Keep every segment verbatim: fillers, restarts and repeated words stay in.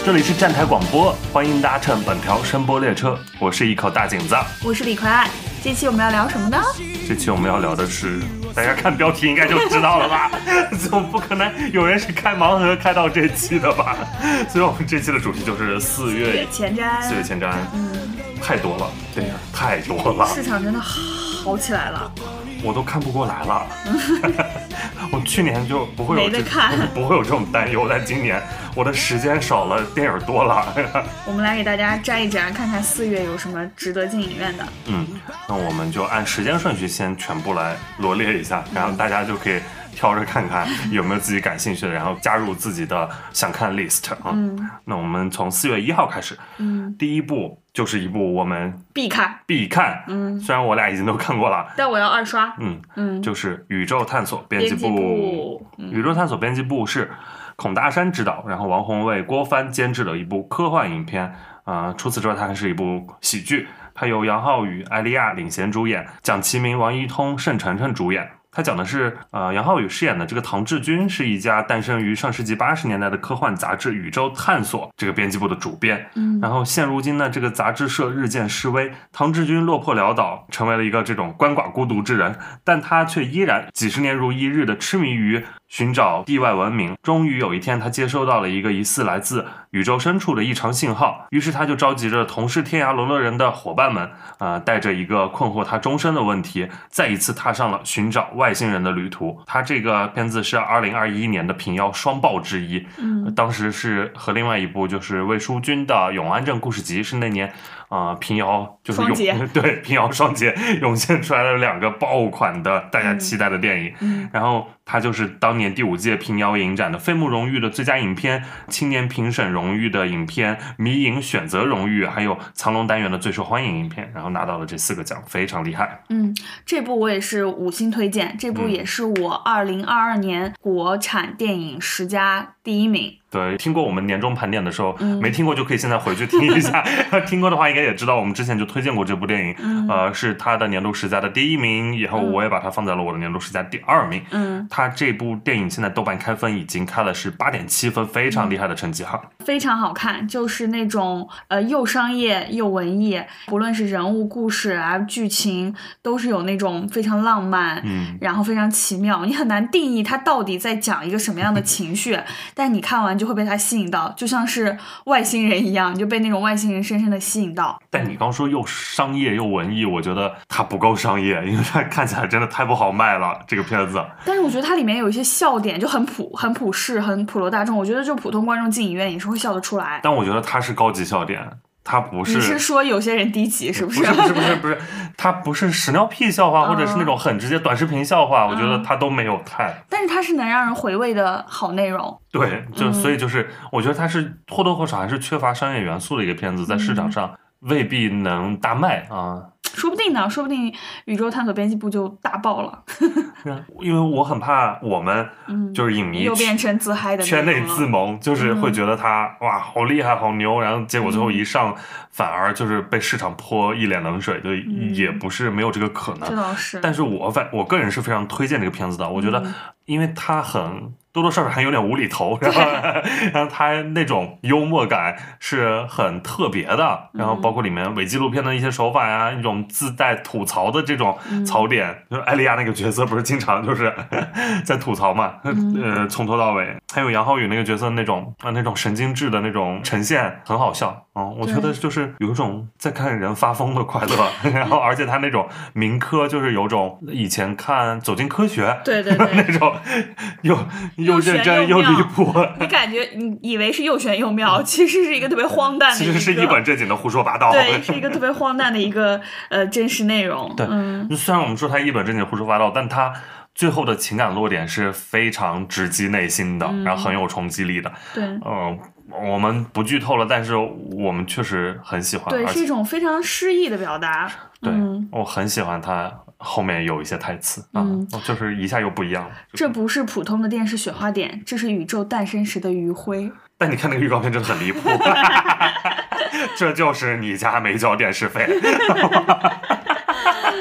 这里是站台广播，欢迎搭乘本条声波列车，我是一口大井子， 我是李逵爱。这期我们要聊什么呢？ 这期我们要聊的是，大家看标题应该就知道了吧？总不可能有人是开盲盒开到这期的吧？所以我们这期的主题就是四月前瞻， 四月前瞻， 嗯， 太多了，对呀，太多了， 市场真的好起来了。 我都看不过来了，我去年就不会有没得看， 不会有这种担忧，但今年我的时间少了，电影多了。 我们来给大家摘一摘，看看四月有什么值得进影院的。 嗯，那我们就按时间顺序先全部来罗列一下，然后大家就可以挑着看看有没有自己感兴趣的，然后加入自己的想看 list 啊。 嗯， 那我们从四月一号开始， 嗯， 第一部就是一部我们必看必看， 嗯， 虽然我俩已经都看过了， 但我要二刷。 嗯嗯， 就是宇宙探索编辑部。 编辑部嗯、 宇宙探索编辑部是孔大山执导，然后王宏卫、郭帆监制的一部科幻影片。呃，除此之外，它还是一部喜剧，它由杨浩宇、艾莉亚领衔主演，蒋奇明、王一通、盛晨晨主演。他讲的是，呃，杨浩宇饰演的这个唐志军是一家诞生于上世纪八十年代的科幻杂志《宇宙探索》这个编辑部的主编。 嗯， 然后现如今呢，这个杂志社日渐式微，唐志军落魄潦倒，成为了一个这种鳏寡孤独之人，但他却依然几十年如一日的痴迷于寻找地外文明。终于有一天，他接收到了一个疑似来自宇宙深处的异常信号，于是他就召集着同是天涯沦落人的伙伴们，呃，带着一个困惑他终身的问题，再一次踏上了寻找外星人的旅途。他这个片子是二零二一年的平遥双爆之一， 嗯， 当时是和另外一部就是魏书君的《永安镇故事集》是那年呃平遥就是涌对平遥双杰涌现出来了两个爆款的大家期待的电影， 嗯， 然后它就是当年第五届平遥影展的飞木荣誉的最佳影片、青年评审荣誉的影片、迷影选择荣誉，还有藏龙单元的最受欢迎影片，然后拿到了这四个奖，非常厉害。 嗯，这部我也是五星推荐，这部也是我二零二二年国产电影十佳第一名。 对，听过我们年终盘点的时候， 嗯、 没听过就可以现在回去听一下。听过的话应该也知道，我们之前就推荐过这部电影， 嗯、 呃，是他的年度十佳的第一名，以后我也把它放在了我的年度十佳第二名。 嗯， 他这部电影现在豆瓣开分已经开了是八点七分，非常厉害的成绩哈、 嗯，非常好看，就是那种呃又商业又文艺，不论是人物故事啊、剧情，都是有那种非常浪漫， 嗯， 然后非常奇妙，你很难定义它到底在讲一个什么样的情绪，但你看完就会被它吸引到，就像是外星人一样，你就被那种外星人深深的吸引到。 但你刚说又商业又文艺，我觉得它不够商业，因为它看起来真的太不好卖了这个片子。 但是我觉得它里面有一些笑点就很普很普世很普罗大众，我觉得就普通观众进影院也是会笑得出来。 但我觉得它是高级笑点，它不是。 你是说有些人低级是不是？ 不是不是不是不是，它不是屎尿屁笑话，或者是那种很直接短视频笑话，嗯、我觉得它都没有太。 但是它是能让人回味的好内容。 对，就所以就是我觉得它是或多或少还是缺乏商业元素的一个片子，在市场上未必能大卖啊。 说不定呢，说不定宇宙探索编辑部就大爆了。 因为我很怕我们就是影迷、 嗯、又变成自嗨的圈内自萌，就是会觉得他、嗯、哇好厉害好牛，然后结果最后一上、嗯、反而就是被市场泼一脸冷水，就也不是没有这个可能。 这倒是。 但是我反我个人是非常推荐这个片子的，我觉得因为它很多多少少还有点无厘头，然后然后它那种幽默感是很特别的，然后包括里面伪纪录片的一些手法呀，一种自带吐槽的这种槽点，嗯、就是艾莉亚那个角色不是经常就是在吐槽嘛，嗯、呃，从头到尾，还有杨浩宇那个角色那种啊那种神经质的那种呈现很好笑，嗯，我觉得就是有一种在看人发疯的快乐，然后而且他那种民科就是有种以前看走进科学， 对对对， 那种又。又认真又离谱， 你感觉你以为是又玄又妙，其实是一个特别荒诞的， 其实是一本正经的胡说八道， 对，是一个特别荒诞的一个呃真实内容。 对，嗯、虽然我们说它一本正经胡说八道，但它最后的情感落点是非常直击内心的，嗯、然后很有冲击力的。 对， 嗯、呃，我们不剧透了，但是我们确实很喜欢， 对，是一种非常诗意的表达。 对， 嗯、 我很喜欢它。后面有一些台词啊、嗯，就是一下又不一样了。 这不是普通的电视雪花点，这是宇宙诞生时的余晖。 但你看那个预告片真的很离谱，这就是你家没交电视费。但它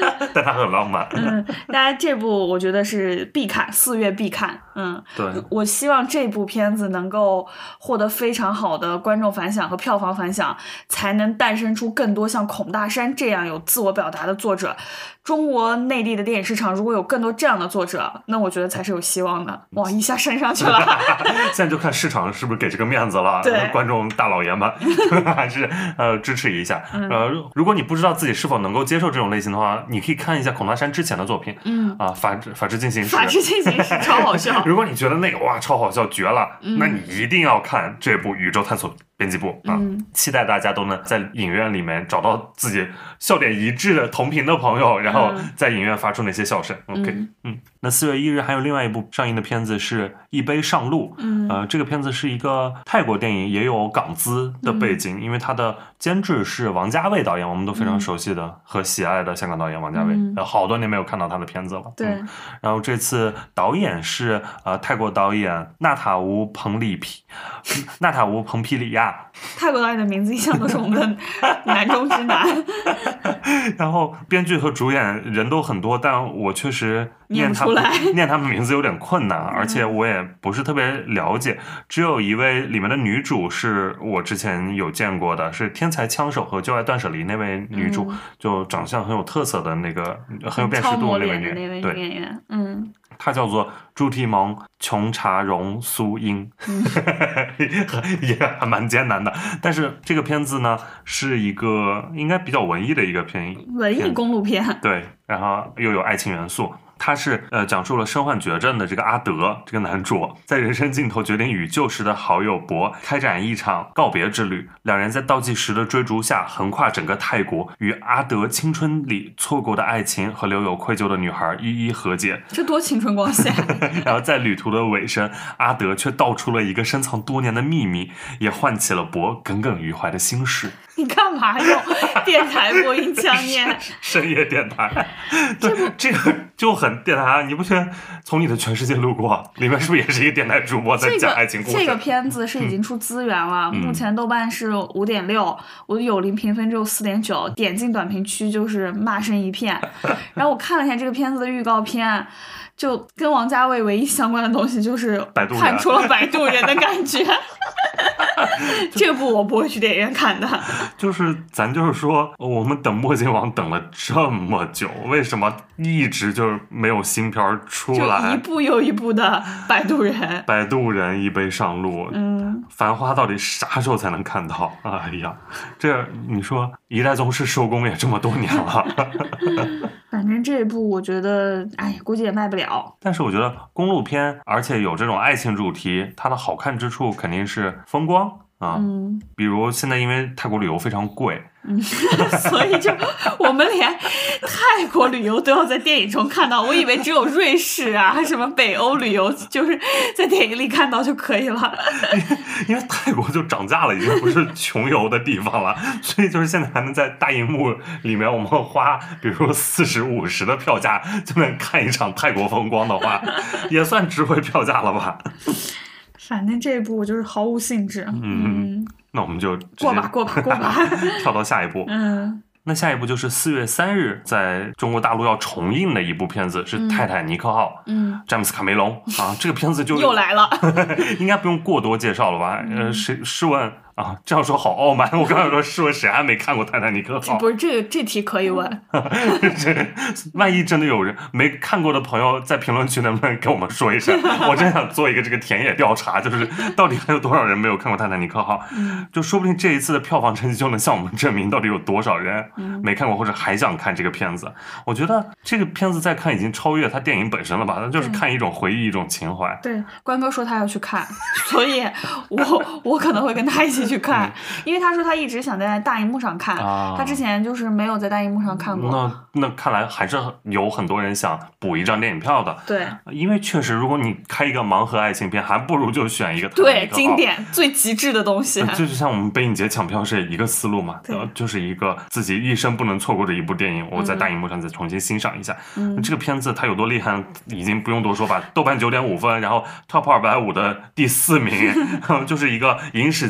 它很浪漫。 嗯，大家这部我觉得是必看，四月必看。嗯， 对， 我希望这部片子能够获得非常好的观众反响和票房反响，才能诞生出更多像孔大山这样有自我表达的作者。中国内地的电影市场如果有更多这样的作者，那我觉得才是有希望的。哇，一下升上去了。 现在就看市场是不是给这个面子了， 对， 观众大老爷们还是呃支持一下。嗯、呃，如果你不知道自己是否能够接受这种类型的话，你可以看一下孔大山之前的作品。嗯啊，法治法治进行时， 法治进行时超好笑。 如果你觉得那个哇超好笑绝了，嗯、那你一定要看这部《宇宙探索编辑部》啊！嗯、期待大家都能在影院里面找到自己笑点一致的同频的朋友，然后在影院发出那些笑声。嗯、OK， 嗯，那四月一日还有另外一部上映的片子是《一杯上路》。嗯，呃，这个片子是一个泰国电影，也有港资的背景，嗯、因为它的监制是王家卫导演，我们都非常熟悉的、嗯、和喜爱的香港导演王家卫。嗯、好多年没有看到他的片子了。 对， 嗯、然后这次导演是呃泰国导演纳塔乌彭里皮，纳塔乌彭皮里亚。 泰国导演的名字一向都是我们的难中之难。 然后编剧和主演人都很多，但我确实念他念不出来念他们名字有点困难，而且我也不是特别了解。只有一位里面的女主是我之前有见过的，是《天才枪手》和《旧爱断舍离》那位女主，嗯、就长相很有特色的那个很有辨识度的那位女那位演员。嗯， 她叫做朱提蒙琼查荣苏英，嗯、也还蛮艰难的。但是这个片子呢，是一个应该比较文艺的一个片， 文艺公路片。 对，然后又有爱情元素。他是呃讲述了身患绝症的这个阿德这个男主，在人生尽头决定与旧时的好友博开展一场告别之旅。两人在倒计时的追逐下，横跨整个泰国，与阿德青春里错过的爱情和留有愧疚的女孩一一和解。 这多青春光线！ 然后在旅途的尾声，阿德却道出了一个深藏多年的秘密，也唤起了博耿耿于怀的心事。 你干嘛用电台播音腔念？ 深夜电台，对，这个就很电台啊！你不觉得从你的全世界路过里面是不是也是一个电台主播在讲爱情故事？ 这个、这个片子是已经出资源了，嗯、目前豆瓣是五点六，我的有灵评分只有四点九，点进短评区就是骂声一片。然后我看了一下这个片子的预告片。就跟王家卫唯一相关的东西就是看出了摆渡人的感觉。这部我不会去电影院看的。 就是咱就是说，我们等墨镜王等了这么久，为什么一直就是没有新片出来？ 就一部又一部的摆渡人， 摆渡人一杯上路。嗯，繁花到底啥时候才能看到？哎呀，这你说一代宗师收工也这么多年了。 反正这一部我觉得，哎，估计也卖不了。 但是我觉得公路片，而且有这种爱情主题，它的好看之处肯定是风光啊。嗯，比如现在因为泰国旅游非常贵。 嗯，所以就我们连泰国旅游都要在电影中看到，我以为只有瑞士啊什么北欧旅游就是在电影里看到就可以了。 因为泰国就涨价了，已经不是穷游的地方了，所以就是现在还能在大荧幕里面我们花比如说四十五十的票价就能看一场泰国风光的话，也算值回票价了吧。 反正这一部就是毫无兴致。嗯， 嗯那我们就过吧过吧过吧， 跳到下一部。 嗯， 那下一部就是四月三日在中国大陆要重映的一部片子，是《泰坦尼克号》。嗯，詹姆斯卡梅隆啊，这个片子就又来了， 应该不用过多介绍了吧？嗯、呃，试试问。啊，这样说好傲慢！我刚才说，试问谁还没看过《泰坦尼克号》？ 不是这个这题可以问。 万一真的有人没看过的朋友，在评论区能不能跟我们说一声？我真想做一个这个田野调查，就是到底还有多少人没有看过《泰坦尼克号》？嗯，就说不定这一次的票房成绩就能向我们证明到底有多少人没看过或者还想看这个片子。我觉得这个片子再看已经超越它电影本身了吧？那就是看一种回忆，一种情怀。 对，关哥说他要去看，所以我我可能会跟他一起去看，因为他说他一直想在大荧幕上看，啊、他之前就是没有在大荧幕上看过。 那那看来还是有很多人想补一张电影票的。 对， 因为确实，如果你开一个盲盒爱情片，还不如就选一个对经典最极致的东西。 就是像我们北影节抢票是一个思路嘛，呃，就是一个自己一生不能错过的一部电影，我在大荧幕上再重新欣赏一下。嗯，这个片子它有多厉害，已经不用多说吧。豆瓣九点五分，然后 Top 二百五的第四名，就是一个影史级别的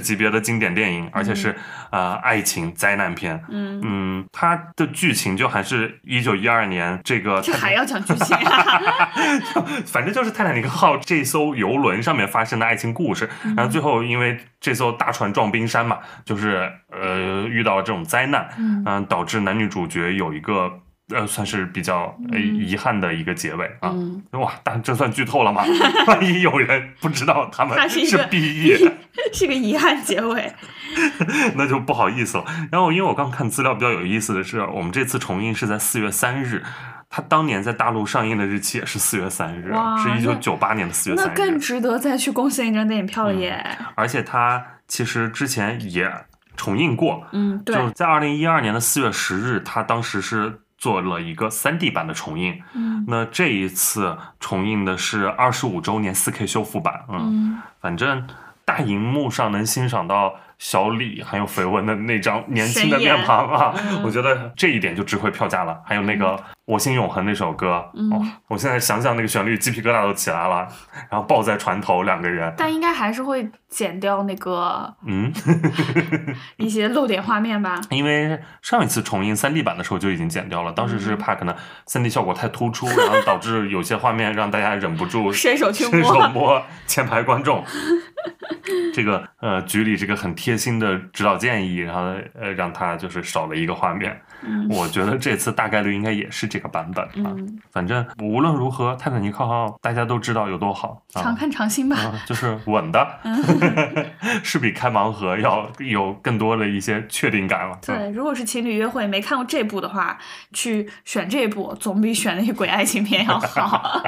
经典电影，而且是、嗯、呃爱情灾难片。 嗯嗯，它的剧情就还是一九一二年这个， 这还要讲剧情啊？ 反正就是泰坦尼克号这艘游轮上面发生的爱情故事， 嗯、 然后最后因为这艘大船撞冰山嘛，就是呃遇到了这种灾难，嗯、呃，导致男女主角有一个。呃，算是比较呃遗憾的一个结尾啊！ 嗯、 哇，但这算剧透了吗？万一有人不知道他们是 B E， 是个遗憾结尾， 那就不好意思了。然后，因为我刚看资料，比较有意思的是，我们这次重映是在四月三日，它当年在大陆上映的日期也是四月三日，是一九九八年的四月三日， 那更值得再去贡献一张电影票了耶！ 嗯、而且它其实之前也重映过， 嗯，对， 就是在二零一二年的四月十日，它当时是做了一个 三 D 版的重映， 嗯， 那这一次重映的是二十五周年 四 K 修复版，嗯， 嗯反正大荧幕上能欣赏到小李还有绯闻的那张年轻的面庞啊， 嗯、 我觉得这一点就值回票价了。还有那个《我心永恒》那首歌， 嗯哦，我现在想想那个旋律，鸡皮疙瘩都起来了。然后抱在船头两个人， 但应该还是会剪掉那个嗯一些露点画面吧， 因为上一次重映 三 D 版的时候就已经剪掉了，当时是怕可能 三 D 效果太突出，然后导致有些画面让大家忍不住伸手去摸伸手摸前排观众。这个呃，局里这个很贴心的指导建议，然后呃，让他就是少了一个画面。 嗯、 我觉得这次大概率应该也是这个版本啊。 嗯、 反正无论如何，泰坦尼克号大家都知道有多好，啊、 常看常新吧， 啊、就是稳的，是比开盲盒要有更多的一些确定感了。 对，嗯、如果是情侣约会没看过这部的话，去选这部总比选那些鬼爱情片要好。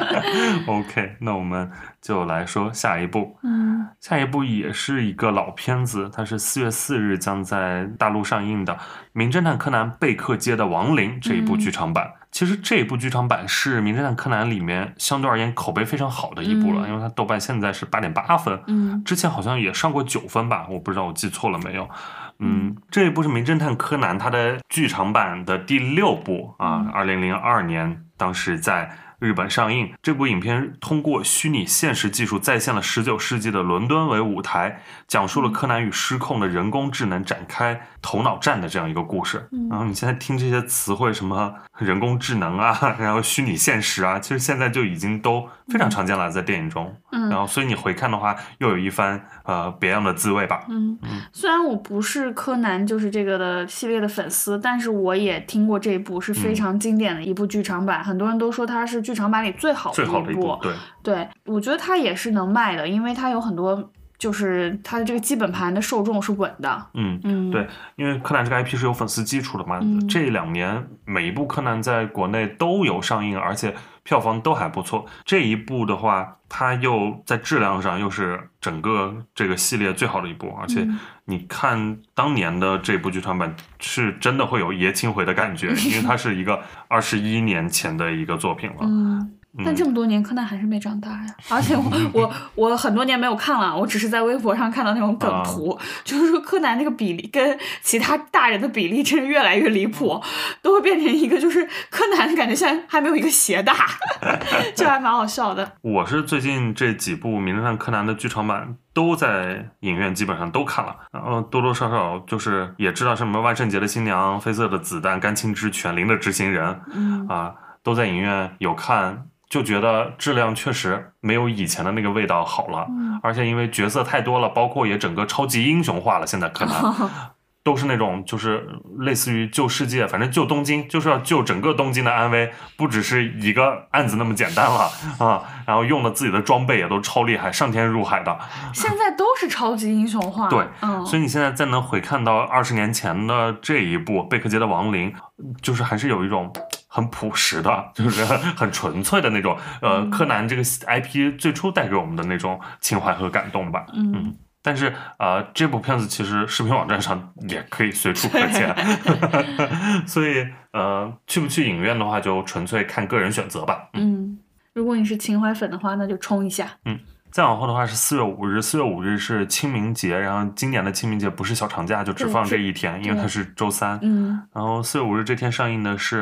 OK， 那我们就来说下一部。 嗯， 下一部也是一个老片子，它是四月四日将在大陆上映的《名侦探柯南：贝克街的亡灵》这一部剧场版。嗯、其实这一部剧场版是《名侦探柯南》里面相对而言口碑非常好的一部了，嗯、因为它豆瓣现在是 八点八分， 嗯， 之前好像也上过九分吧，我不知道我记错了没有。嗯，这一部是《名侦探柯南》它的剧场版的第六部啊，二零零二年当时在日本上映。这部影片通过虚拟现实技术再现了十九世纪的伦敦为舞台，讲述了柯南与失控的人工智能展开头脑战的这样一个故事。 嗯、 然后你现在听这些词汇，什么人工智能啊，然后虚拟现实啊，其实现在就已经都非常常见了，在电影中。 嗯， 然后所以你回看的话，又有一番呃别样的滋味吧。 嗯嗯，虽然我不是柯南就是这个的系列的粉丝，但是我也听过这一部是非常经典的一部剧场版，嗯、很多人都说它是剧场版里最好的一部。 最好的一部，对对，我觉得它也是能卖的，因为它有很多。就是它的这个基本盘的受众是稳的， 嗯嗯，对，因为柯南这个 I P 是有粉丝基础的嘛， 嗯、 这两年每一部柯南在国内都有上映，而且票房都还不错。这一部的话，它又在质量上又是整个这个系列最好的一部，而且你看当年的这部剧场版是真的会有爷青回的感觉，因为它是一个二十一年前的一个作品了。 嗯。但这么多年柯南还是没长大呀，而且我我我很多年没有看了，我只是在微博上看到那种梗图，啊、就是说柯南那个比例跟其他大人的比例真是越来越离谱，都会变成一个就是柯南感觉现在还没有一个鞋大，就还蛮好笑的。 我是最近这几部名侦探柯南的剧场版都在影院基本上都看了，然后多多少少就是也知道什么万圣节的新娘、绯色的子弹、甘青之犬灵的执行人， 嗯啊，都在影院有看。就觉得质量确实没有以前的那个味道好了， 嗯、 而且因为角色太多了，包括也整个超级英雄化了，现在柯南、哦、都是那种就是类似于救世界，反正救东京，就是要救整个东京的安危，不只是一个案子那么简单了啊！然后用的自己的装备也都超厉害，上天入海的， 现在都是超级英雄化。 对， 嗯、 所以你现在再能回看到二十年前的这一部《贝克街的亡灵》，就是还是有一种。很朴实的，就是很纯粹的那种，呃，柯南这个 I P 最初带给我们的那种情怀和感动吧。 嗯， 嗯但是呃，这部片子其实视频网站上也可以随处可见，所以呃，去不去影院的话，就纯粹看个人选择吧。 嗯，嗯如果你是情怀粉的话，那就冲一下。 嗯。再往后的话是四月五日，四月五日是清明节，然后今年的清明节不是小长假，就只放这一天，因为它是周三。 嗯， 然后四月五日这天上映的是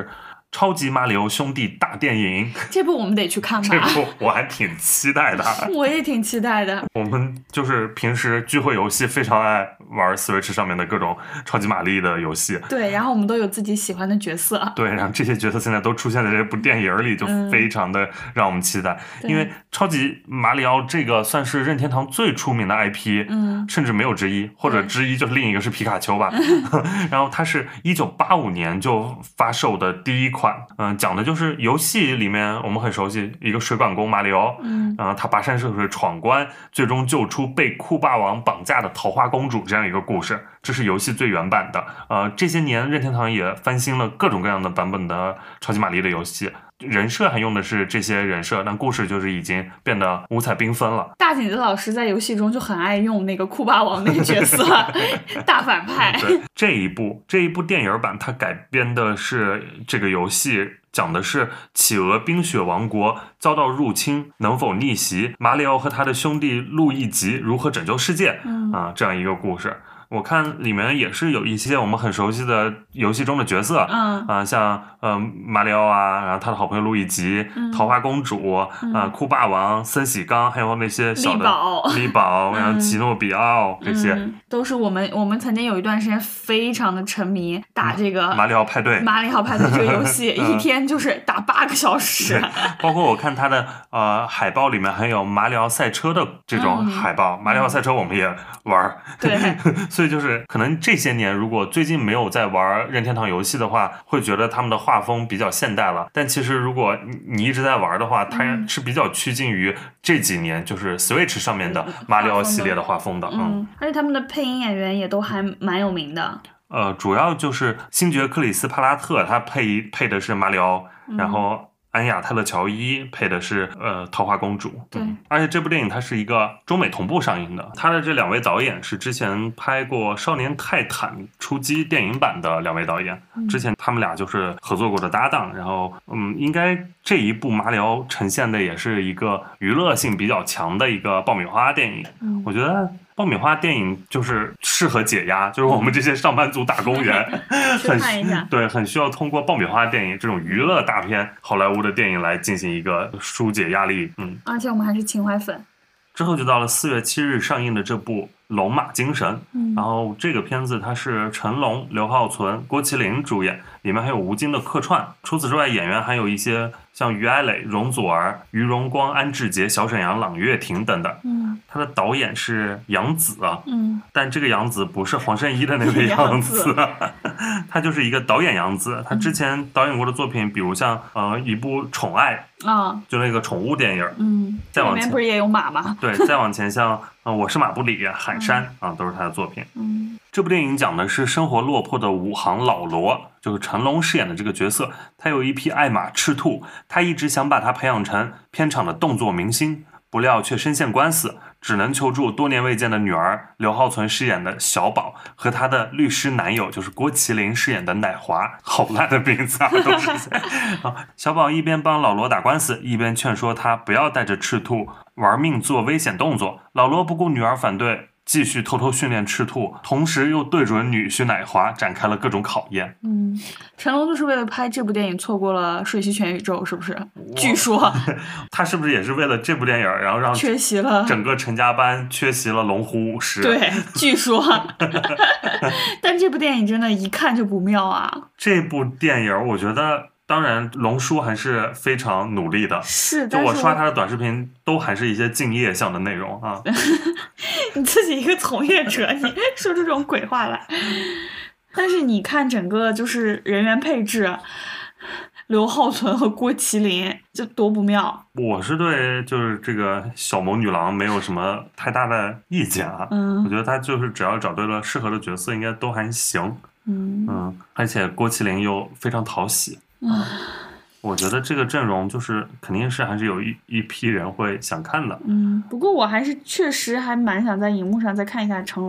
超级马里奥兄弟大电影， 这部我们得去看吧。 这部我还挺期待的。 我也挺期待的。 我们就是平时聚会游戏非常爱玩 Switch 上面的各种超级玛丽的游戏。 对，然后我们都有自己喜欢的角色。 对，然后这些角色现在都出现在这部电影里，就非常的让我们期待。嗯、因为超级马里奥这个算是任天堂最出名的 I P， 嗯，甚至没有之一，或者之一就是另一个是皮卡丘吧。然后它是一九八五年就发售的第一款，嗯、呃，讲的就是游戏里面我们很熟悉一个水管工马里奥，嗯，呃，他跋山涉水闯关，最终救出被酷霸王绑架的桃花公主这样一个故事。这是游戏最原版的。呃，这些年任天堂也翻新了各种各样的版本的超级玛丽的游戏，人设还用的是这些人设，但故事就是已经变得五彩缤纷了。 大井子老师在游戏中就很爱用那个酷霸王那个角色，大反派。 对，这一部这一部电影版它改编的是这个游戏。讲的是企鹅冰雪王国遭到入侵，能否逆袭？马里奥和他的兄弟路易吉如何拯救世界？嗯啊，这样一个故事。我看里面也是有一些我们很熟悉的游戏中的角色，嗯啊，像呃马里奥啊，然后他的好朋友路易吉、嗯、桃花公主啊、嗯呃、酷霸王、森喜刚，还有那些小的力宝、 力宝，然后奇诺比奥、嗯、这些、 嗯，都是我们我们曾经有一段时间非常的沉迷打这个马里奥派对， 马里奥派对这个游戏，一天就是打八个小时。 包括我看他的呃海报里面还有马里奥赛车的这种海报，嗯、马里奥赛车我们也玩，对。所以就是可能这些年如果最近没有在玩任天堂游戏的话，会觉得他们的画风比较现代了，但其实如果你一直在玩的话，它是比较趋近于这几年就是 Switch 上面的马里奥系列的画风的。 嗯, 嗯，而且他们的配音演员也都还蛮有名的。 呃，主要就是星爵克里斯帕拉特他配配的是马里奥，嗯、然后安雅泰勒乔伊配的是呃桃花公主。 对、 嗯，而且这部电影它是一个中美同步上映的，他的这两位导演是之前拍过《少年泰坦出击》电影版的两位导演，嗯、之前他们俩就是合作过的搭档。然后嗯，应该这一部马里奥呈现的也是一个娱乐性比较强的一个爆米花电影。嗯，我觉得爆米花电影就是适合解压，就是我们这些上班族打工人很看一下， 对，很需要通过爆米花电影这种娱乐大片好莱坞的电影来进行一个疏解压力。嗯， 而且我们还是情怀粉。 之后就到了四月七日上映的这部《龙马精神》，嗯，然后这个片子它是成龙、刘浩存、郭麒麟主演，里面还有吴京的客串。除此之外，演员还有一些像于爱磊、容祖儿、于荣光、安志杰、小沈阳、朗月婷等等。嗯，他的导演是杨紫啊，嗯，但这个杨紫不是黄圣依的那位杨紫，他就是一个导演杨紫。他之前导演过的作品，比如像呃一部《宠爱》啊，就那个宠物电影，嗯，再往前里面不是也有马吗？ 对，再往前像。呃、我是马布里、海山、嗯、啊，都是他的作品。嗯，这部电影讲的是生活落魄的武行老罗，就是成龙饰演的这个角色。他有一匹爱马赤兔，他一直想把它培养成片场的动作明星，不料却深陷官司，只能求助多年未见的女儿刘浩存饰演的小宝和他的律师男友，就是郭麒麟饰演的乃华。好烂的名字啊，都是啊！小宝一边帮老罗打官司，一边劝说他不要带着赤兔玩命做危险动作。老罗不顾女儿反对，继续偷偷训练赤兔，同时又对准女婿乃华展开了各种考验。 嗯，成龙就是为了拍这部电影错过了水系全宇宙，是不是？据说他是不是也是为了这部电影，然后让缺席了整个陈家班缺席了龙虎舞狮？ 对，据说。但这部电影真的一看就不妙啊！ 这部电影我觉得。当然龙叔还是非常努力的， 是， 就我刷他的短视频都还是一些敬业向的内容啊。 你自己一个从业者，你说出这种鬼话来。但是你看整个就是人员配置，刘浩存和郭麒麟就多不妙。 我是对就是这个小萌女郎没有什么太大的意见啊，嗯，我觉得他就是只要找对了适合的角色应该都还行。嗯嗯，而且郭麒麟又非常讨喜。嗯，我觉得这个阵容就是肯定是还是有一一批人会想看的。 嗯，不过我还是确实还蛮想在荧幕上再看一下成龙的。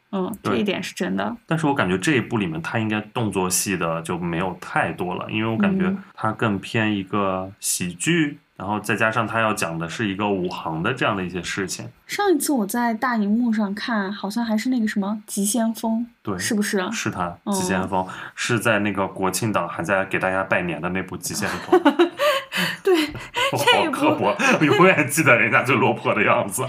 嗯，这一点是真的。 但是我感觉这一部里面他应该动作戏的就没有太多了，因为我感觉他更偏一个喜剧。嗯，然后再加上他要讲的是一个武行的这样的一些事情。 上一次我在大荧幕上看，好像还是那个什么《急先锋》， 对， 是不是？ 是他，《急先锋》嗯、是在那个国庆档还在给大家拜年的那部《急先锋》。 对， 我好刻薄，我永远记得人家最落魄的样子。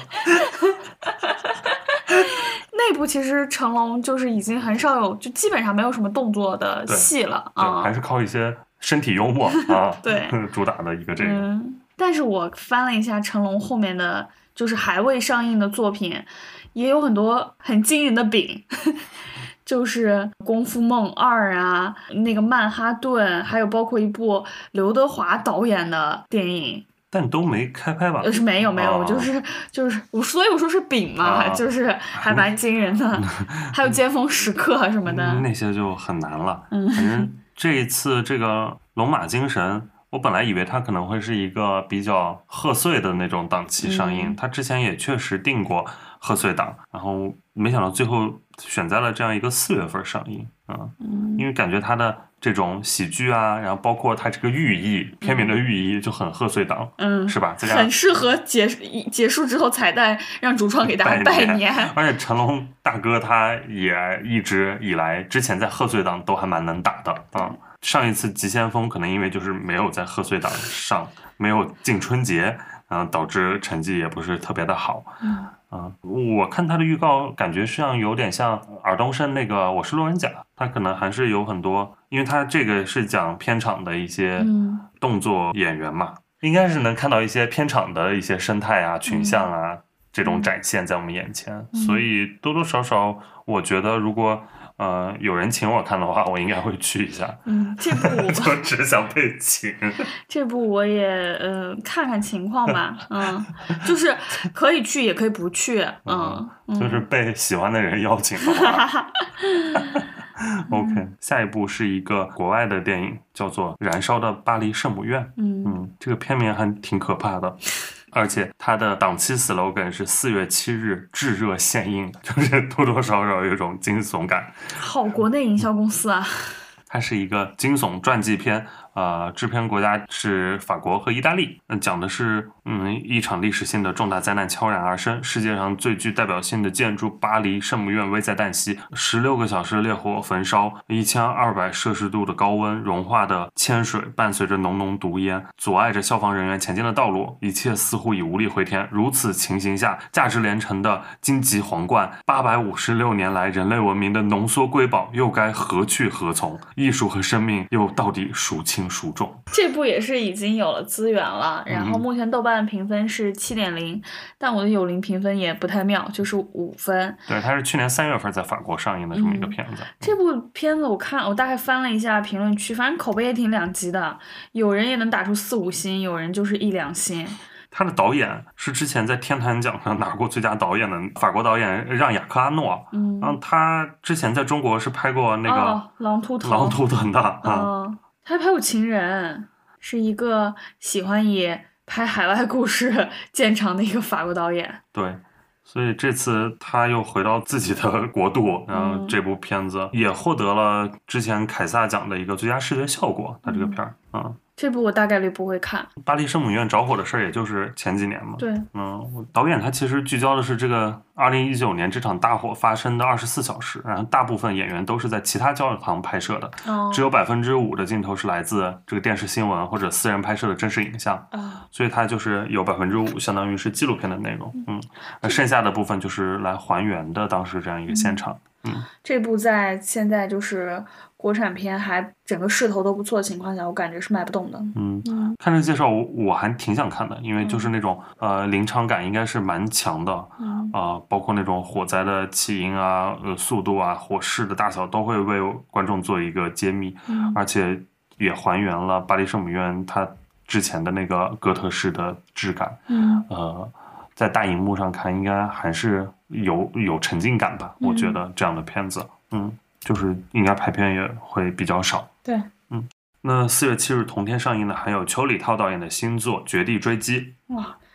那部其实成龙就是已经很少有，就基本上没有什么动作的戏了啊、 嗯，还是靠一些身体幽默啊， 对， 主打的一个这个。 嗯，但是我翻了一下成龙后面的就是还未上映的作品，也有很多很惊人的饼。就是《功夫梦二》啊，那个《曼哈顿》，还有包括一部刘德华导演的电影， 但都没开拍吧？ 是没有没有，啊、就是就是我，所以我说是饼嘛，啊、就是还蛮惊人的。还有《尖峰时刻》什么的、 嗯，那些就很难了。嗯，反正这一次这个《龙马精神》，我本来以为它可能会是一个比较贺岁的那种档期上映，它、嗯、之前也确实定过贺岁档，然后没想到最后选在了这样一个四月份上映啊、嗯，因为感觉它的这种喜剧啊，然后包括它这个寓意，片名的寓意就很贺岁档，嗯，是吧？ 很适合结结束之后彩蛋让主创给大家拜年。 而且成龙大哥他也一直以来之前在贺岁档都还蛮能打的啊。上一次《急先锋》可能因为就是没有在贺岁档上，没有进春节，嗯、呃，导致成绩也不是特别的好。嗯。啊、嗯，我看他的预告，感觉像有点像尔冬升那个《我是路人甲》，他可能还是有很多，因为他这个是讲片场的一些动作演员嘛，嗯、应该是能看到一些片场的一些生态啊、群像啊、嗯、这种展现在我们眼前，嗯、所以多多少少，我觉得如果呃有人请我看的话，我应该会去一下。 嗯，这部我就只想被请。 这部我也呃看看情况吧，嗯，就是可以去也可以不去，嗯， 嗯就是被喜欢的人邀请的话。OK， 下一部是一个国外的电影，叫做《燃烧的巴黎圣母院》。嗯嗯，这个片名还挺可怕的。而且它的档期 slogan 是四月七日炙热献映，就是多多少少有一种惊悚感。 好国内营销公司啊！ 它是一个惊悚传记片，呃，制片国家是法国和意大利。那讲的是，嗯，一场历史性的重大灾难悄然而生，世界上最具代表性的建筑巴黎圣母院危在旦夕。十六个小时烈火焚烧，一千二百摄氏度的高温，融化的铅水伴随着浓浓毒烟，阻碍着消防人员前进的道路，一切似乎已无力回天。如此情形下，价值连城的荆棘皇冠，八百五十六年来人类文明的浓缩瑰宝，又该何去何从？艺术和生命又到底孰轻孰重？ 这部也是已经有了资源了，然后目前豆瓣评分是 七点零， 但我的有灵评分也不太妙，就是五分。 对，它是去年三月份在法国上映的这么一个片子。 嗯、这部片子我看我大概翻了一下评论区，反正口碑也挺两极的，有人也能打出四五星，有人就是一两星。 他的导演是之前在天坛奖上拿过最佳导演的法国导演让·雅克阿诺，嗯，然后他之前在中国是拍过那个 《狼图腾》， 狼图腾的， 嗯，哦、他还拍过《情人》，是一个喜欢以拍海外故事见长的一个法国导演。 对，所以这次他又回到自己的国度，然后这部片子也获得了之前凯撒奖的一个最佳视觉效果。他这个片儿，嗯。嗯这部我大概率不会看。 巴黎圣母院着火的事儿，也就是前几年嘛。 对， 嗯，导演他其实聚焦的是这个二零一九年这场大火发生的二十四小时，然后大部分演员都是在其他教堂拍摄的，哦、只有百分之五的镜头是来自这个电视新闻或者私人拍摄的真实影像，哦、所以它就是有百分之五，相当于是纪录片的内容。嗯，那剩下的部分就是来还原的当时这样一个现场。嗯，嗯这部在现在就是国产片还整个势头都不错的情况下，我感觉是卖不动的。 嗯，嗯看这个介绍我我还挺想看的，因为就是那种、嗯、呃临场感应该是蛮强的，嗯啊、呃，包括那种火灾的起因啊、呃速度啊、火势的大小都会为观众做一个揭秘，嗯、而且也还原了巴黎圣母院它之前的那个哥特式的质感。嗯，呃，在大荧幕上看应该还是有有沉浸感吧，嗯、我觉得这样的片子，嗯。就是应该排片也会比较少。 对， 嗯，那四月七日同天上映的还有邱礼涛导演的新作《绝地追击》。 哇，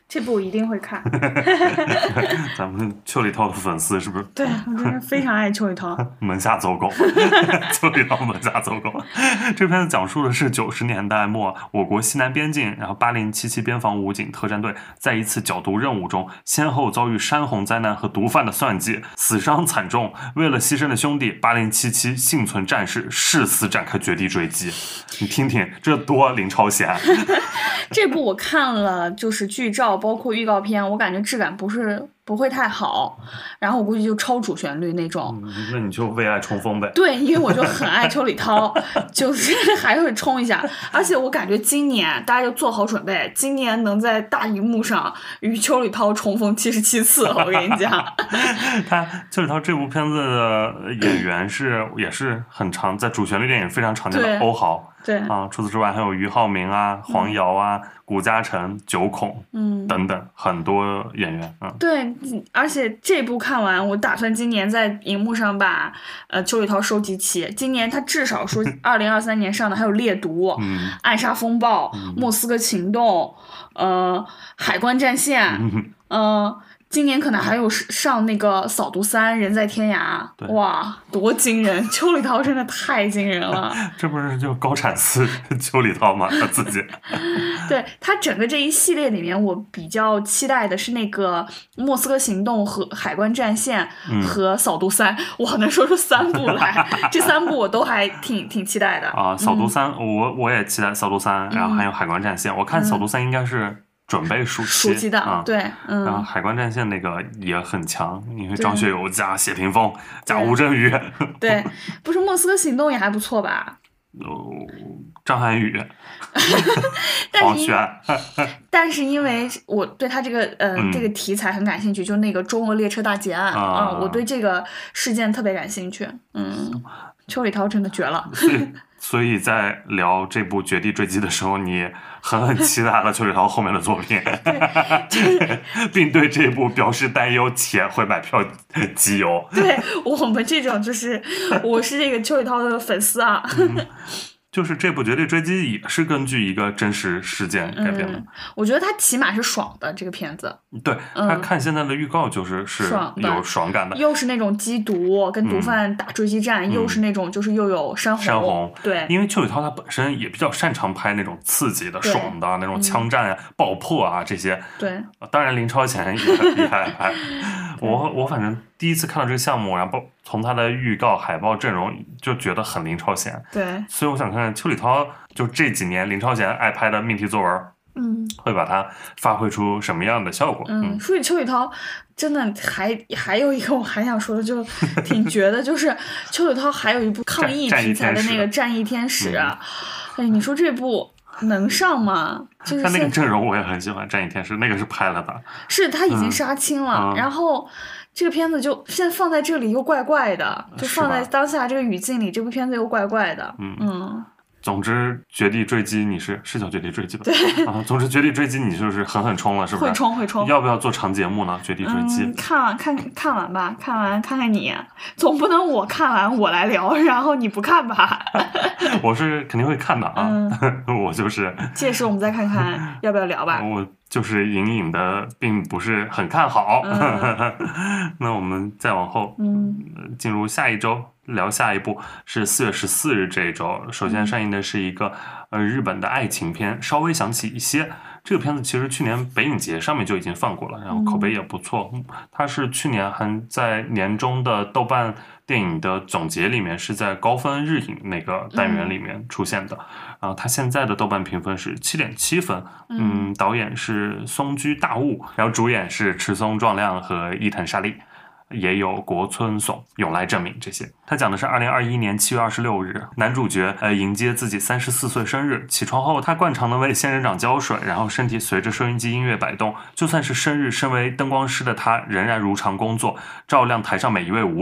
这部我一定会看。 咱们邱礼涛的粉丝是不是？ 对，我真是非常爱邱礼涛。 门下走狗，邱礼涛门下走狗。这片子讲述的是九十年代末我国西南边境，然后八零七七边防武警特战队在一次剿毒任务中，先后遭遇山洪灾难和毒贩的算计，死伤惨重。为了牺牲的兄弟，八零七七幸存战士誓死展开绝地追击。你听听，这多林超贤！ 这部我看了，就是剧照包括预告片，我感觉质感不是不会太好，然后我估计就超主旋律那种。 嗯、那你就为爱冲锋呗。 对，因为我就很爱邱礼涛，就是还会冲一下。而且我感觉今年大家就做好准备，今年能在大荧幕上与邱礼涛重逢七十七次，我跟你讲。 他邱礼涛这部片子的演员是也是很常在主旋律电影非常常见的欧豪。 对啊，除此之外还有俞灏明啊、黄瑶啊、嗯、谷嘉诚、九孔，嗯，等等很多演员，嗯， 对，而且这部看完，我打算今年在荧幕上把呃邱礼涛收集齐。今年他至少说二零二三年上的还有《猎毒》、嗯、《暗杀风暴》、嗯、《莫斯科行动》、呃，《海关战线》，嗯。呃今年可能还有上那个扫毒三人在天涯，哇，多惊人！邱礼涛真的太惊人了。 这不是就高产司邱礼涛吗？他自己。 对，他整个这一系列里面，我比较期待的是那个莫斯科行动和海关战线和扫毒三，嗯、我能说出三部来，这三部我都还挺挺期待的。 啊，扫毒三，嗯、我我也期待扫毒三，然后还有海关战线，嗯、我看扫毒三应该是。准备暑期， 暑期的、 嗯、 对，嗯， 然后海关战线那个也很强，因为张学友加谢霆锋加吴镇宇， 对，不是莫斯科行动也还不错吧？ 哦，张涵予，黄轩， 但是因为我对他这个呃、嗯、这个题材很感兴趣，就那个中俄列车大劫案啊、嗯，我对这个事件特别感兴趣，嗯，邱礼涛真的绝了。 所以在聊这部《绝地追击》的时候，你狠狠期待了邱礼涛后面的作品，并对这部表示担忧且会买票集邮。 对我们这种就是我是这个邱礼涛的粉丝啊。 嗯就是这部《绝地追击》也是根据一个真实事件改编的、嗯， 我觉得它起码是爽的这个片子。 对，他、嗯、看现在的预告就是是有爽感的， 又是那种缉毒跟毒贩打追击战、嗯，又是那种就是又有山洪。 山洪， 对， 因为邱礼涛他本身也比较擅长拍那种刺激的、爽的那种枪战啊、嗯、爆破啊这些。 对， 当然林超贤也很厉害拍。我我反正第一次看到这个项目，然后从他的预告、海报阵容就觉得很林超贤。 对， 所以我想看看邱礼涛就这几年林超贤爱拍的命题作文，嗯，会把它发挥出什么样的效果？ 嗯，说起邱礼涛，真的还还有一个我还想说的，就挺绝的，就是邱礼涛还有一部抗疫题材的那个《战役天使》啊，哎，你说这部。能上吗？就是他那个阵容我也很喜欢，《战役天使》那个是拍了的， 是他已经杀青了、嗯，然后这个片子就现在放在这里又怪怪的，就放在当下这个语境里，这部片子又怪怪的，嗯嗯。 总之，绝地追击你是是叫绝地追击吧？ 对啊，总之绝地追击你就是狠狠冲了，是不是？ 会冲会冲。 要不要做长节目呢？绝地追击， 嗯、看完看看完吧，看完看看你，总不能我看完我来聊，然后你不看吧？ 我是肯定会看的啊，嗯、我就是。 届时我们再看看要不要聊吧。 我就是隐隐的，并不是很看好。嗯、那我们再往后，嗯，进入下一周。聊下一部是四月十四日这一周，首先上映的是一个呃日本的爱情片，稍微想起一些。这个片子其实去年北影节上面就已经放过了，然后口碑也不错。嗯、它是去年还在年终的豆瓣电影的总结里面是在高分日影那个单元里面出现的。嗯、然后它现在的豆瓣评分是七点七分，嗯，导演是松居大悟，然后主演是池松壮亮和伊藤沙莉。也有国村隼、永来正明这些。他讲的是二零二一年七月二十六日，男主角呃迎接自己三十四岁生日，起床后他惯常的为仙人掌浇水，然后身体随着收音机音乐摆动。就算是生日，身为灯光师的他仍然如常工作，照亮台上每一位舞者。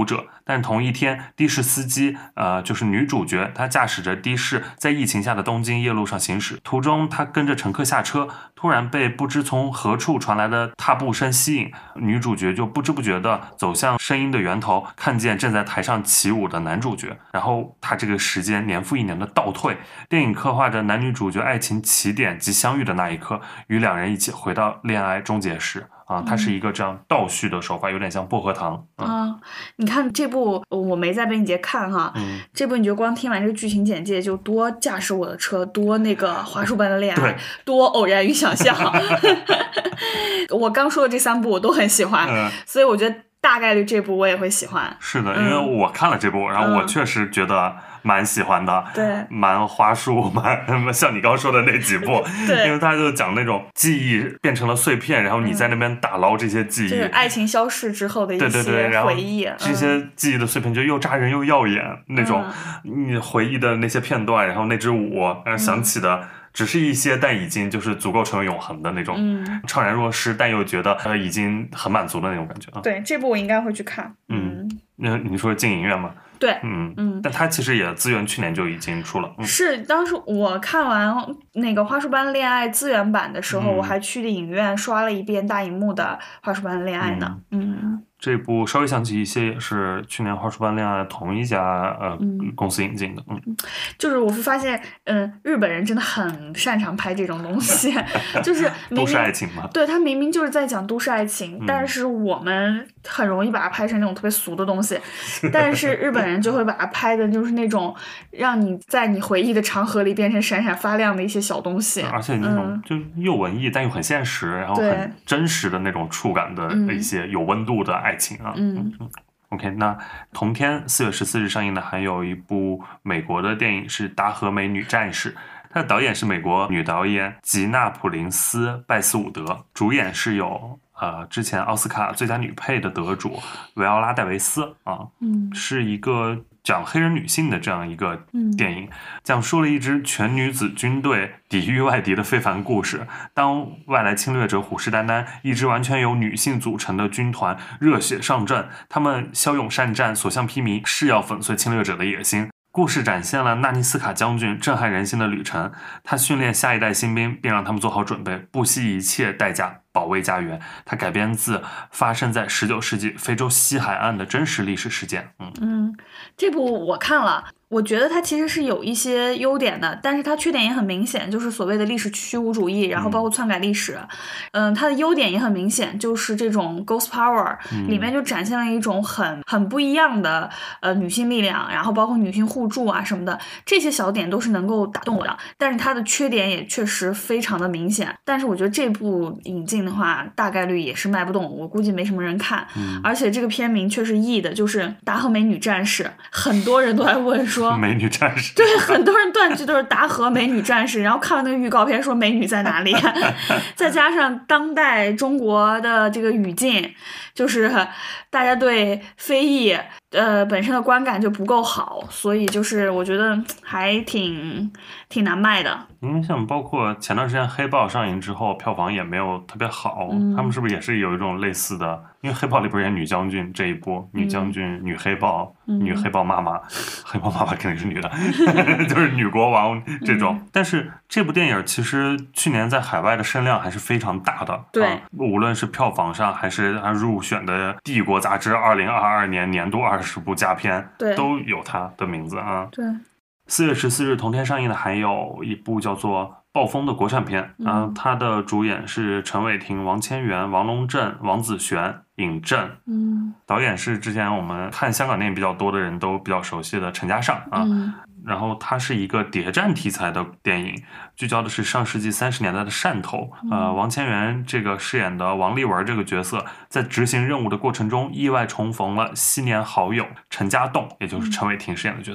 但同一天，的士司机呃就是女主角，她驾驶着的士在疫情下的东京夜路上行驶，途中她跟着乘客下车，突然被不知从何处传来的踏步声吸引，女主角就不知不觉地走向声音的源头，看见正在台上起舞的男主角，然后她这个时间年复一年的倒退，电影刻画着男女主角爱情起点及相遇的那一刻，与两人一起回到恋爱终结时。啊，它是一个这样倒叙的手法，有点像薄荷糖。嗯、 啊，你看这部我没在北影节看哈， 嗯、 这部你就光听完这个剧情简介，就多驾驶我的车，多那个华叔般的恋爱，多偶然与想象。我刚说的这三部我都很喜欢， 嗯、 所以我觉得大概率这部我也会喜欢。 是的，因为我看了这部，嗯、然后我确实觉得蛮喜欢的， 对， 蛮花束，蛮像你刚说的那几部， 对， 因为他就讲那种记忆变成了碎片，然后你在那边打捞这些记忆， 就是爱情消逝之后的一些回忆， 对对对，这些记忆的碎片就又扎人又耀眼，嗯、那种你回忆的那些片段，然后那支舞，然后想起的。嗯只是一些，但已经就是足够成为永恒的那种，嗯，怅然若失，但又觉得呃已经很满足的那种感觉啊。 对，这部我应该会去看。 嗯，那你说进影院吗？ 对， 嗯嗯，但它其实也资源去年就已经出了。嗯、 是当时我看完那个《花束般恋爱》资源版的时候， 嗯、 我还去的影院刷了一遍大荧幕的《花束般恋爱》呢。嗯。嗯这部稍微想起一些，也是去年《花束般恋爱》同一家呃、 嗯、 公司引进的，嗯， 就是我会发现，嗯、呃，日本人真的很擅长拍这种东西，就是都市爱情嘛， 对，他明明就是在讲都市爱情，嗯、但是我们很容易把它拍成那种特别俗的东西，但是日本人就会把它拍的就是那种让你在你回忆的长河里变成闪闪发亮的一些小东西， 而且那种就又文艺、嗯、但又很现实，然后很真实的那种触感的一些有温度的爱。爱情啊， 嗯嗯 ，OK， 那同天四月十四日上映的还有一部美国的电影是《达和美女战士》，它的导演是美国女导演吉娜普林斯·拜斯伍德，主演是有呃之前奥斯卡最佳女配的得主维奥拉·戴维斯啊， 嗯， 是一个讲黑人女性的这样一个电影， 嗯、 讲述了一支全女子军队抵御外敌的非凡故事。当外来侵略者虎视眈眈，一支完全由女性组成的军团热血上阵，他们骁勇善战，所向披靡，誓要粉碎侵略者的野心。故事展现了纳尼斯卡将军震撼人心的旅程，他训练下一代新兵，并让他们做好准备，不惜一切代价保卫家园。它改编自发生在十九世纪非洲西海岸的真实历史事件。嗯嗯，这部我看了，我觉得它其实是有一些优点的，但是它缺点也很明显，就是所谓的历史虚无主义，然后包括篡改历史。嗯、呃，它的优点也很明显，就是这种 ghost power、嗯、里面就展现了一种很很不一样的呃女性力量，然后包括女性互助啊什么的，这些小点都是能够打动我的。但是它的缺点也确实非常的明显。但是我觉得这部引进的话，大概率也是卖不动，我估计没什么人看。 嗯、 而且这个片名确实译的就是达和美女战士，很多人都在问说美女战士， 对，很多人断句都是达和美女战士，然后看完那个预告片说美女在哪里，再加上当代中国的这个语境，就是大家对非裔呃本身的观感就不够好，所以就是我觉得还挺挺难卖的。 因为像包括前段时间黑豹上映之后票房也没有特别好、 嗯、 他们是不是也是有一种类似的，因为黑豹里不是演女将军这一部、嗯、女将军女黑豹、 嗯、 女黑豹妈妈，黑豹妈妈肯定是女的就是女国王这种、嗯、但是这部电影其实去年在海外的声量还是非常大的， 对、 啊、无论是票房上还是它入选的帝国杂志二零二二年年度二十部佳片， 对， 都有它的名字啊。 对， 四月十四日同天上映的还有一部叫做《暴风》的国产片，嗯、呃，它的主演是陈伟霆、王千源、王龙正、王子璇、尹正， 嗯， 导演是之前我们看香港电影比较多的人都比较熟悉的陈嘉上啊。 嗯， 然后它是一个谍战题材的电影，聚焦的是上世纪三十年代的汕头。呃，王千源这个饰演的王丽文这个角色，在执行任务的过程中，意外重逢了昔年好友陈家栋，也就是陈伟霆饰演的角色。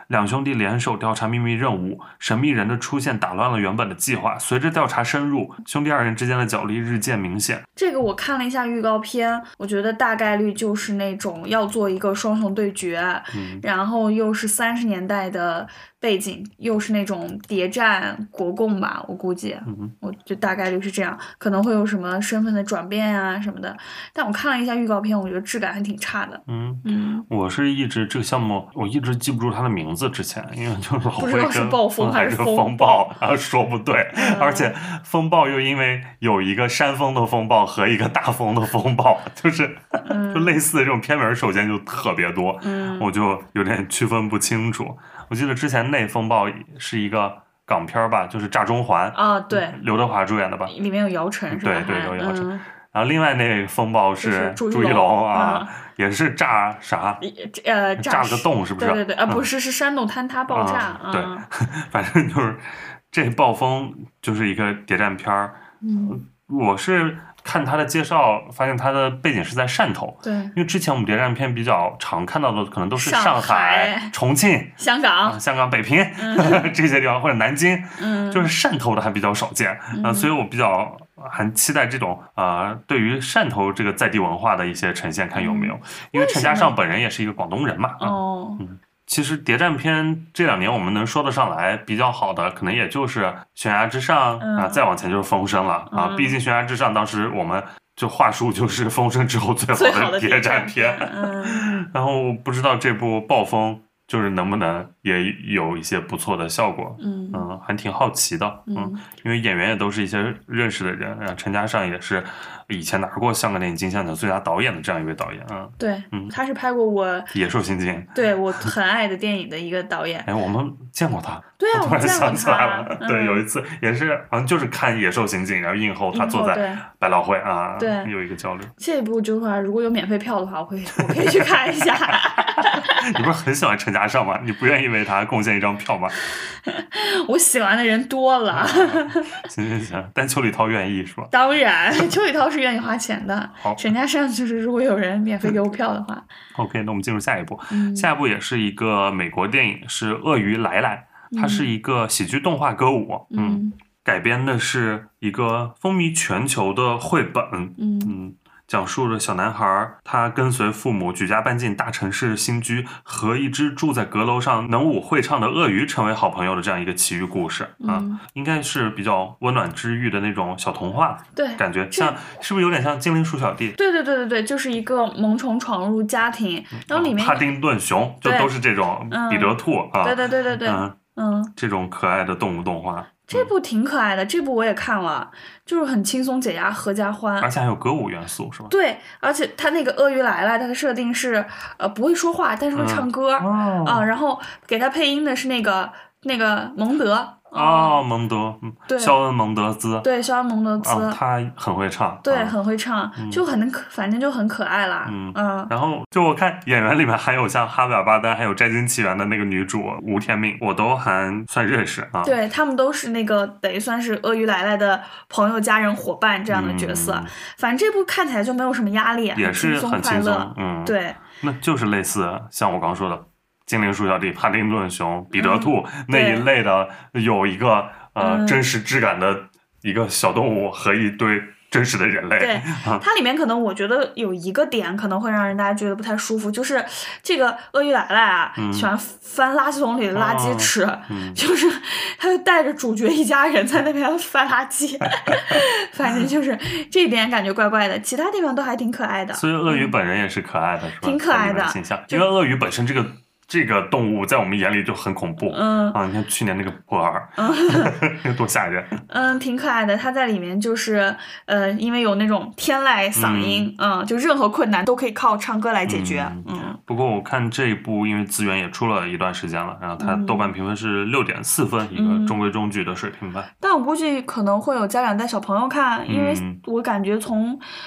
两兄弟联手调查秘密任务，神秘人的出现打乱了原本的计划。随着调查深入，兄弟二人之间的角力日渐明显。 这个我看了一下预告片，我觉得大概率就是那种要做一个双雄对决，嗯、然后又是三十年代的背景，又是那种谍战国共吧，我估计，嗯、我就大概率是这样，可能会有什么身份的转变啊什么的。但我看了一下预告片，我觉得质感还挺差的。 嗯嗯，我是一直这个项目，我一直记不住它的名字，之前因为就老会跟是暴风还是风暴，然后说不对，嗯、而且风暴又因为有一个山峰的风暴和一个大风的风暴，就是就类似的这种片名，首先就特别多，嗯、我就有点区分不清楚。我记得之前那风暴是一个港片吧，就是《炸中环》 啊，对， 刘德华主演的吧， 里面有姚晨， 对对，有姚晨。 嗯然后另外那风暴是朱一龙啊， 嗯、 也是炸啥？ 呃， 炸了个洞，是不是？ 对对对，啊，不是，是山洞坍塌爆炸。 啊、对，嗯、反正就是这暴风就是一个谍战片儿。 嗯， 我是看他的介绍，发现他的背景是在汕头。 对， 因为之前我们谍战片比较常看到的，可能都是上海、 海重庆、 香港、 啊、香港、北平、 嗯、 这些地方，或者南京， 嗯， 就是汕头的还比较少见啊、 嗯， 所以我比较很期待这种啊、呃，对于汕头这个在地文化的一些呈现，看有没有。 嗯、 因为陈嘉上本人也是一个广东人嘛。 哦， 嗯。其实谍战片这两年我们能说得上来比较好的，可能也就是《悬崖之上》 嗯、 啊，再往前就是《风声》了、嗯、啊。毕竟《悬崖之上》当时我们就话术就是《风声》之后最好的谍战片。 嗯， 然后不知道这部《暴风》就是能不能也有一些不错的效果， 嗯嗯，还挺好奇的，嗯， 嗯因为演员也都是一些认识的人，啊，陈嘉上也是以前拿过香港电影金像奖最佳导演的这样一位导演，嗯， 对， 嗯， 他是拍过我 《野兽刑警》， 对我很爱的电影的一个导演。 哎，我们见过他， 对啊， 我突然想起来了， 嗯、 对，有一次也是好像就是看《野兽刑警》，然后映后他坐在百老汇啊， 对， 有一个交流。 这部就话如果有免费票的话，我会我可以去看一下。 你不是很喜欢陈嘉上吗？你不愿意为他贡献一张票吗？ 我喜欢的人多了。啊、 行行行，但邱礼涛愿意是吧？ 当然，邱礼涛是愿意花钱的。 好， 陈嘉上就是如果有人免费给我票的话。 OK， 那我们进入下一步。 嗯、 下一步也是一个美国电影，是《鳄鱼来来》，它是一个喜剧动画歌舞，嗯， 嗯改编的是一个风靡全球的绘本， 嗯嗯。讲述着小男孩他跟随父母举家搬进大城市新居，和一只住在阁楼上能舞会唱的鳄鱼成为好朋友的这样一个奇遇故事、 嗯、 啊，应该是比较温暖治愈的那种小童话， 对， 感觉像是不是有点像精灵鼠小弟？ 对对对对对，就是一个萌宠闯入家庭，然后里面帕丁顿熊就都是这种彼得兔、嗯、啊， 对对对对对， 嗯嗯， 这种可爱的动物动画。 这部挺可爱的，这部我也看了，就是很轻松解压，合家欢， 而且还有歌舞元素，是吧？ 对，而且它那个鳄鱼来了，它的设定是呃不会说话，但是会唱歌、 嗯、 啊，然后给它配音的是那个那个蒙德。 哦，蒙德， 对， 肖恩·蒙德兹， 对，肖恩·蒙德兹、 哦，他很会唱， 对， 啊、 很会唱， 嗯、 就很可，反正就很可爱啦， 嗯嗯。 然后就我看演员里面还有像哈维尔·巴登，还有《摘金奇缘》的那个女主吴天命，我都还算认识啊。 对，他们都是那个等于算是鳄鱼来来的朋友、家人、伙伴这样的角色。 嗯、 反正这部看起来就没有什么压力， 也是很轻松，嗯， 对， 那就是类似像我刚刚说的。精灵鼠小弟、帕丁顿熊、彼得兔、 嗯、 那一类的，有一个呃、 嗯、 真实质感的一个小动物和一堆真实的人类。 对，它里面可能我觉得有一个点可能会让人大家觉得不太舒服，就是这个鳄鱼来来啊、嗯，喜欢翻垃圾桶里的垃圾吃， 哦嗯、 就是他就带着主角一家人在那边翻垃圾，反正就是这一点感觉怪怪的，其他地方都还挺可爱的。 所以鳄鱼本人也是可爱的，嗯、是吧？ 挺可爱的形象，因为鳄鱼本身这个。这个动物在我们眼里就很恐怖， 嗯啊，你看去年那个普洱，嗯，多吓人， 嗯，挺可爱的。它在里面就是，呃，因为有那种天籁嗓音，嗯, 嗯，就任何困难都可以靠唱歌来解决，嗯。 嗯不过我看这一部，因为资源也出了一段时间了，然后它豆瓣评分是六点四分，嗯，一个中规中矩的水平吧。 但我估计可能会有家长带小朋友看，因为我感觉从。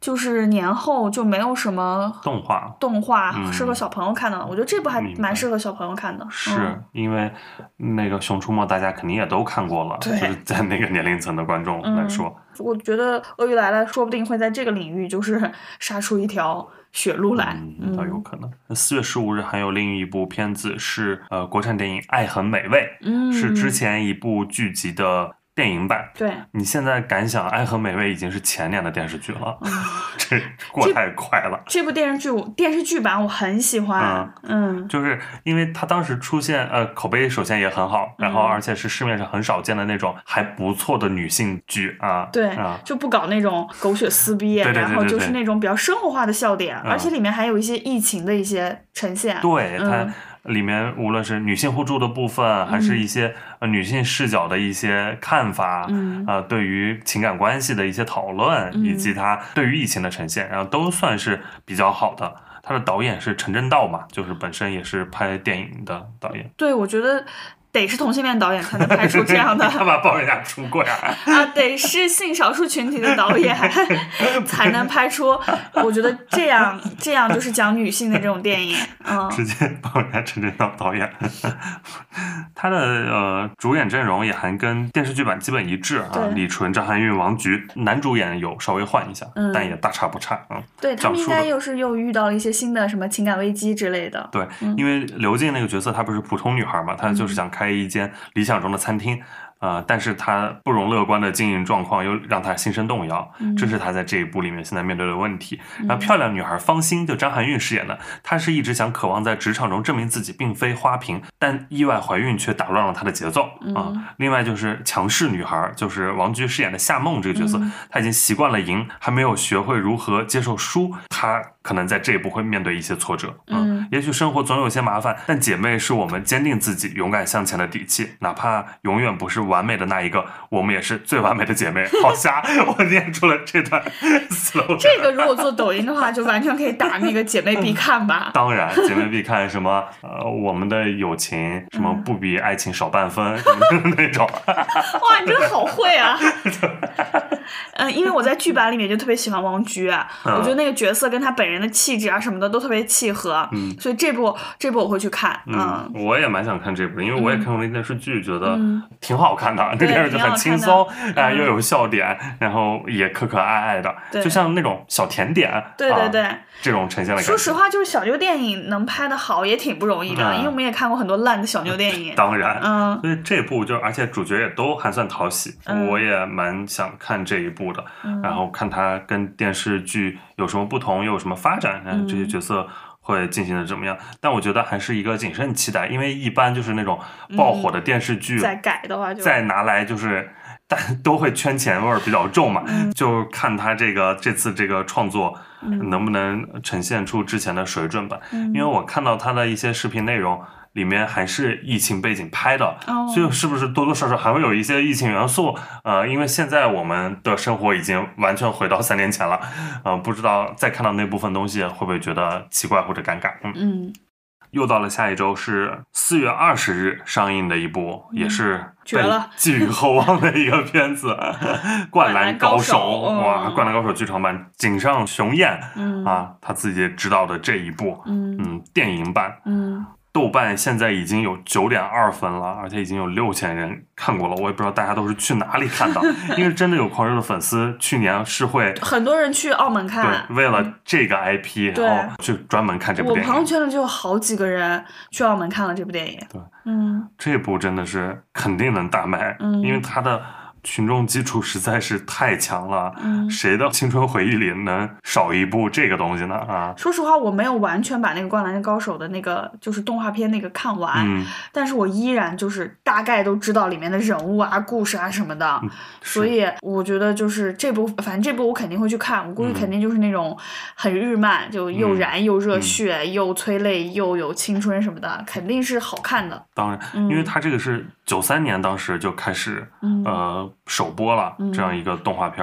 就是年后就没有什么动画动画嗯适合小朋友看的了。我觉得这部还明白蛮适合小朋友看的。 是、 嗯、 因为那个《熊出没》大家肯定也都看过了， 对就是在那个年龄层的观众来说。 嗯我觉得鳄鱼来了说不定会在这个领域就是杀出一条血路来。 嗯，倒有可能。四、嗯、月十五日还有另一部片子是呃国产电影《爱很美味》， 嗯， 是之前一部剧集的电影版。 对， 你现在敢想，《爱很美味》已经是前年的电视剧了，嗯、这过太快了。 这, 这部电视剧电视剧版我很喜欢，嗯， 嗯就是因为它当时出现，呃，口碑首先也很好，然后而且是市面上很少见的那种还不错的女性剧啊， 对， 啊、 就不搞那种狗血撕逼， 对对对对对， 然后就是那种比较生活化的笑点， 嗯、 而且里面还有一些疫情的一些呈现， 对它。 嗯里面无论是女性互助的部分，还是一些、呃、女性视角的一些看法， 嗯呃，对于情感关系的一些讨论， 嗯、 以及它对于疫情的呈现，然后都算是比较好的。他的导演是陈正道嘛，就是本身也是拍电影的导演。 对，我觉得得是同性恋导演才能拍出这样的， 干嘛帮人家出柜啊？ 啊，得是性少数群体的导演才能拍出，我觉得这样这样就是讲女性的这种电影，嗯， 直接帮人家陈正道导演，他的呃主演阵容也还跟电视剧版基本一致啊，李纯、张含韵、王菊，男主演有稍微换一下，嗯、但也大差不差啊。 对他们应该又是又遇到了一些新的什么情感危机之类的。 对， 嗯、 因为刘静那个角色她不是普通女孩嘛，她就是想开一间理想中的餐厅。呃，但是她不容乐观的经营状况又让她心生动摇， 嗯、 这是她在这一部里面现在面对的问题。然后漂亮女孩方心，就张含韵饰演的，她是一直想渴望在职场中证明自己并非花瓶，但意外怀孕却打乱了她的节奏啊、呃嗯。 另外就是强势女孩，就是王菊饰演的夏梦这个角色， 嗯、 她已经习惯了赢，还没有学会如何接受输，她可能在这一步会面对一些挫折。嗯，嗯也许生活总有些麻烦，但姐妹是我们坚定自己、勇敢向前的底气，哪怕永远不是完美的那一个，我们也是最完美的姐妹。好瞎，我念出了这段 slogan。 这个如果做抖音的话，就完全可以打那个姐妹必看吧。 当然，姐妹必看什么呃，我们的友情什么不比爱情少半分、嗯、那种。 哇，你真的好会啊！嗯，因为我在剧版里面就特别喜欢王菊、啊嗯，我觉得那个角色跟她本人的气质啊什么的都特别契合，嗯，所以这部这部我会去看，嗯， 嗯我也蛮想看这部，因为我也看过那电视剧，嗯、觉得挺好看的， 嗯、 这电视剧很轻松，啊、 嗯， 又有笑点，然后也可可爱爱的，就像那种小甜点， 对对对、 啊，这种呈现的感觉。 说实话，就是小妞电影能拍得好也挺不容易的，嗯、因为我们也看过很多烂的小妞电影， 当然， 嗯， 所以这部就而且主角也都还算讨喜， 嗯、 我也蛮想看这一部的。 嗯、 然后看它跟电视剧有什么不同，又有什么发展，嗯，这些角色会进行的怎么样？但我觉得还是一个谨慎期待，因为一般就是那种爆火的电视剧， 嗯、再改的话就再拿来就是但都会圈钱味儿比较重嘛， 嗯、 就看他这个这次这个创作能不能呈现出之前的水准吧。 嗯、 因为我看到他的一些视频内容。里面还是疫情背景拍的， 哦、 所以是不是多多少少还会有一些疫情元素？呃，因为现在我们的生活已经完全回到三年前了，呃，不知道再看到那部分东西会不会觉得奇怪或者尴尬？嗯， 嗯又到了下一周是四月二十日上映的一部，嗯、也是绝了寄予厚望的一个片子，《灌篮高手》哇，《灌篮高手》剧场版井上雄彦、 嗯、 啊，他自己执导的这一部， 嗯嗯，电影版， 嗯。 豆瓣现在已经有九点二分了，而且已经有六千人看过了。我也不知道大家都是去哪里看的，因为真的有狂热的粉丝，去年是会很多人去澳门看， 对，为了这个 I P，、嗯、然后去专门看这部电影。 我朋友圈里就有好几个人去澳门看了这部电影。 对， 嗯， 这部真的是肯定能大卖， 嗯， 因为它的群众基础实在是太强了， 嗯， 谁的青春回忆里能少一部这个东西呢？啊， 说实话，我没有完全把那个《灌篮高手》的那个就是动画片那个看完， 嗯， 但是我依然就是大概都知道里面的人物啊、故事啊什么的， 嗯、 所以我觉得就是这部，反正这部我肯定会去看，我估计肯定就是那种很日漫，就又燃又热血、嗯、又催泪又有青春什么的，肯定是好看的。 当然， 嗯、 因为它这个是九三年当时就开始、 嗯、 呃。首播了这样一个动画片、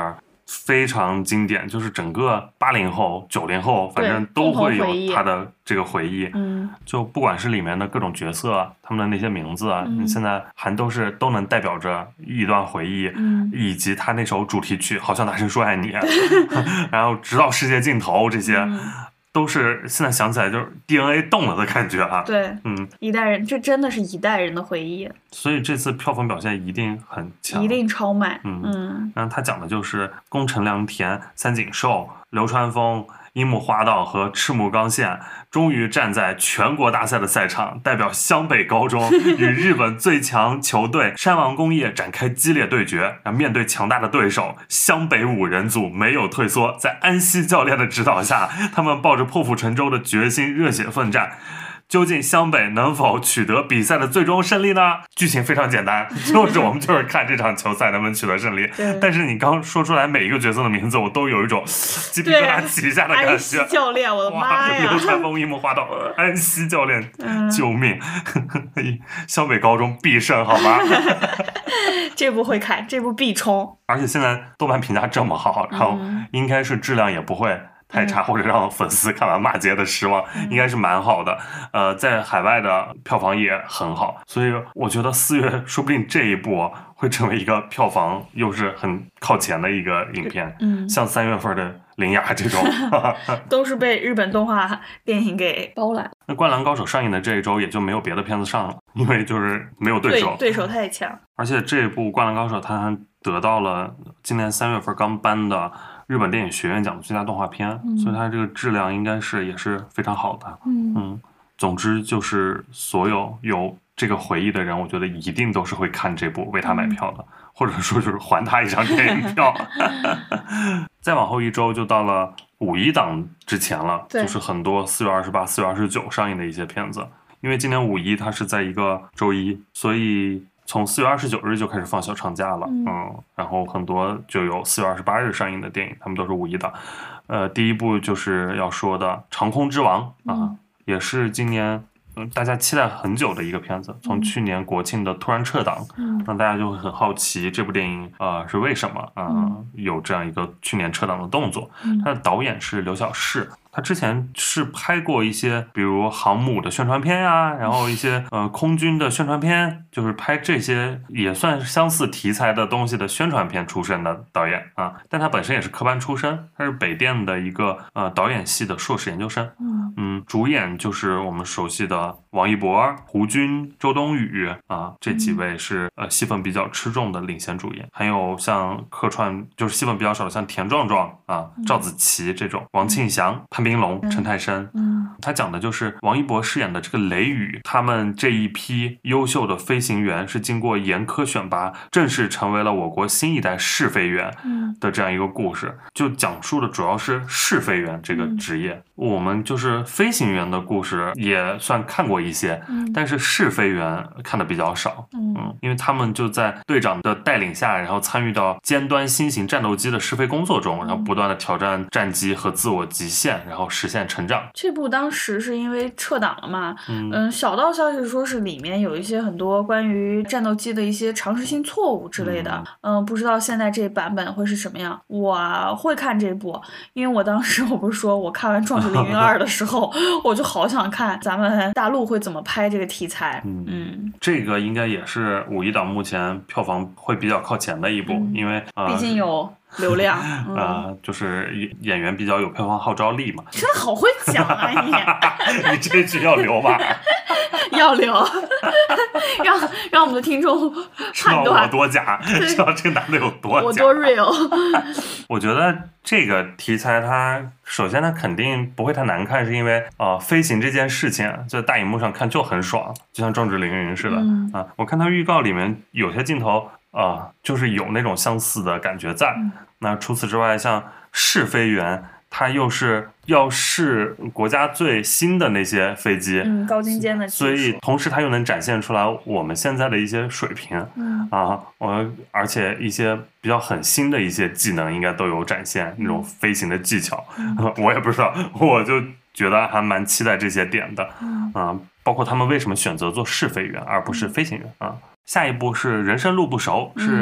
非常经典，就是整个八零后、九零后，反正都会有他的这个回忆。 嗯， 就不管是里面的各种角色，他们的那些名字啊， 嗯、 你现在还都是都能代表着一段回忆， 嗯， 以及他那首主题曲《好像大声说爱你》，然后直到世界尽头这些。 嗯， 都是现在想起来就是 D N A 动了的感觉啊！ 对， 嗯， 一代人，这真的是一代人的回忆。 所以这次票房表现一定很强， 一定超卖。 嗯嗯， 然后他讲的就是宫城良田、三井寿、流川枫、樱木花道和赤木刚宪终于站在全国大赛的赛场，代表湘北高中与日本最强球队山王工业展开激烈对决。面对强大的对手，湘北五人组没有退缩，在安西教练的指导下，他们抱着破釜沉舟的决心，热血奋战。究竟湘北能否取得比赛的最终胜利呢？剧情非常简单，就是我们就是看这场球赛能不能取得胜利。但是你刚说出来每一个角色的名字，我都有一种鸡皮疙瘩起一下的感觉。 安西教练，我的妈呀！ 流川枫、樱木花道、安西教练， 嗯、 救命！湘北高中必胜，好吗？ 这部会看，这部必冲。 而且现在豆瓣评价这么好，然后应该是质量也不会太差，或者让粉丝看完骂街的失望， 嗯、 应该是蛮好的。呃，在海外的票房也很好，所以我觉得四月说不定这一部会成为一个票房又是很靠前的一个影片。 嗯， 像三月份的《铃芽》这种， 都是被日本动画电影给包揽。 那《灌篮高手》上映的这一周也就没有别的片子上了，因为就是没有对手， 对, 对手太强。 而且这一部《灌篮高手》它还得到了今年三月份刚颁的日本电影学院奖的最佳动画片， 嗯、 所以它这个质量应该是也是非常好的。 嗯嗯，总之就是所有有这个回忆的人，我觉得一定都是会看这部，为他买票的，嗯、或者说就是还他一张电影票。再往后一周就到了五一档之前了，就是很多四月二十八、四月二十九上映的一些片子。因为今年五一它是在一个周一，所以从四月二十九日就开始放小长假了。 嗯, 嗯，然后很多就有四月二十八日上映的电影，他们都是五一档。呃，第一部就是要说的《长空之王》啊， 嗯、 也是今年嗯大家期待很久的一个片子，从去年国庆的突然撤档， 嗯， 让大家就会很好奇这部电影呃是为什么啊、呃嗯、 有这样一个去年撤档的动作。 嗯、 他的导演是刘晓世。他之前是拍过一些，比如航母的宣传片呀、啊，然后一些呃空军的宣传片，就是拍这些也算是相似题材的东西的宣传片出身的导演啊。但他本身也是科班出身，他是北电的一个呃导演系的硕士研究生。 嗯嗯，主演就是我们熟悉的王一博、胡军、周冬雨啊，这几位是呃戏份比较吃重的领衔主演，还有像客串就是戏份比较少的，像田壮壮啊、赵子琪这种，王庆祥、潘斌龙、陈泰生。 嗯， 他讲的就是王一博饰演的这个雷雨，他们这一批优秀的飞行员是经过严苛选拔，正式成为了我国新一代试飞员的这样一个故事。就讲述的主要是试飞员这个职业。嗯、我们就是飞行员的故事也算看过一些， 嗯、 但是试飞员看的比较少。 嗯, 嗯，因为他们就在队长的带领下，然后参与到尖端新型战斗机的试飞工作中，然后不断的挑战战机和自我极限，然后实现成长。 这部当时是因为撤档了嘛， 嗯, 嗯，小道消息说是里面有一些很多关于战斗机的一些常识性错误之类的，嗯, 嗯，不知道现在这版本会是什么样。我会看这部，因为我当时我不是说我看完《壮志凌云二》的时候，我就好想看咱们大陆会怎么拍这个题材。 嗯, 嗯， 这个应该也是五一档目前票房会比较靠前的一部， 嗯、 因为呃，毕竟有流量， 嗯、呃，就是演员比较有票房号召力嘛。 真的好会讲啊你！ 你这句要留吧？ 要留，让让我们的听众判断知道我多假，知道这个男的有多假， 我多 real。 我觉得这个题材它首先它肯定不会太难看，是因为呃飞行这件事情在大荧幕上看就很爽，就像《壮志凌云》似的、 嗯、 啊。我看它预告里面有些镜头啊、呃，就是有那种相似的感觉在。 嗯、 那除此之外，像试飞员。它又是要试国家最新的那些飞机， 嗯，高精尖的技术， 所以同时它又能展现出来我们现在的一些水平， 嗯啊，我而且一些比较很新的一些技能应该都有展现，那种飞行的技巧， 嗯、 我也不知道，我就觉得还蛮期待这些点的， 嗯啊，包括他们为什么选择做试飞员而不是飞行员啊。下一部是人生路不熟，是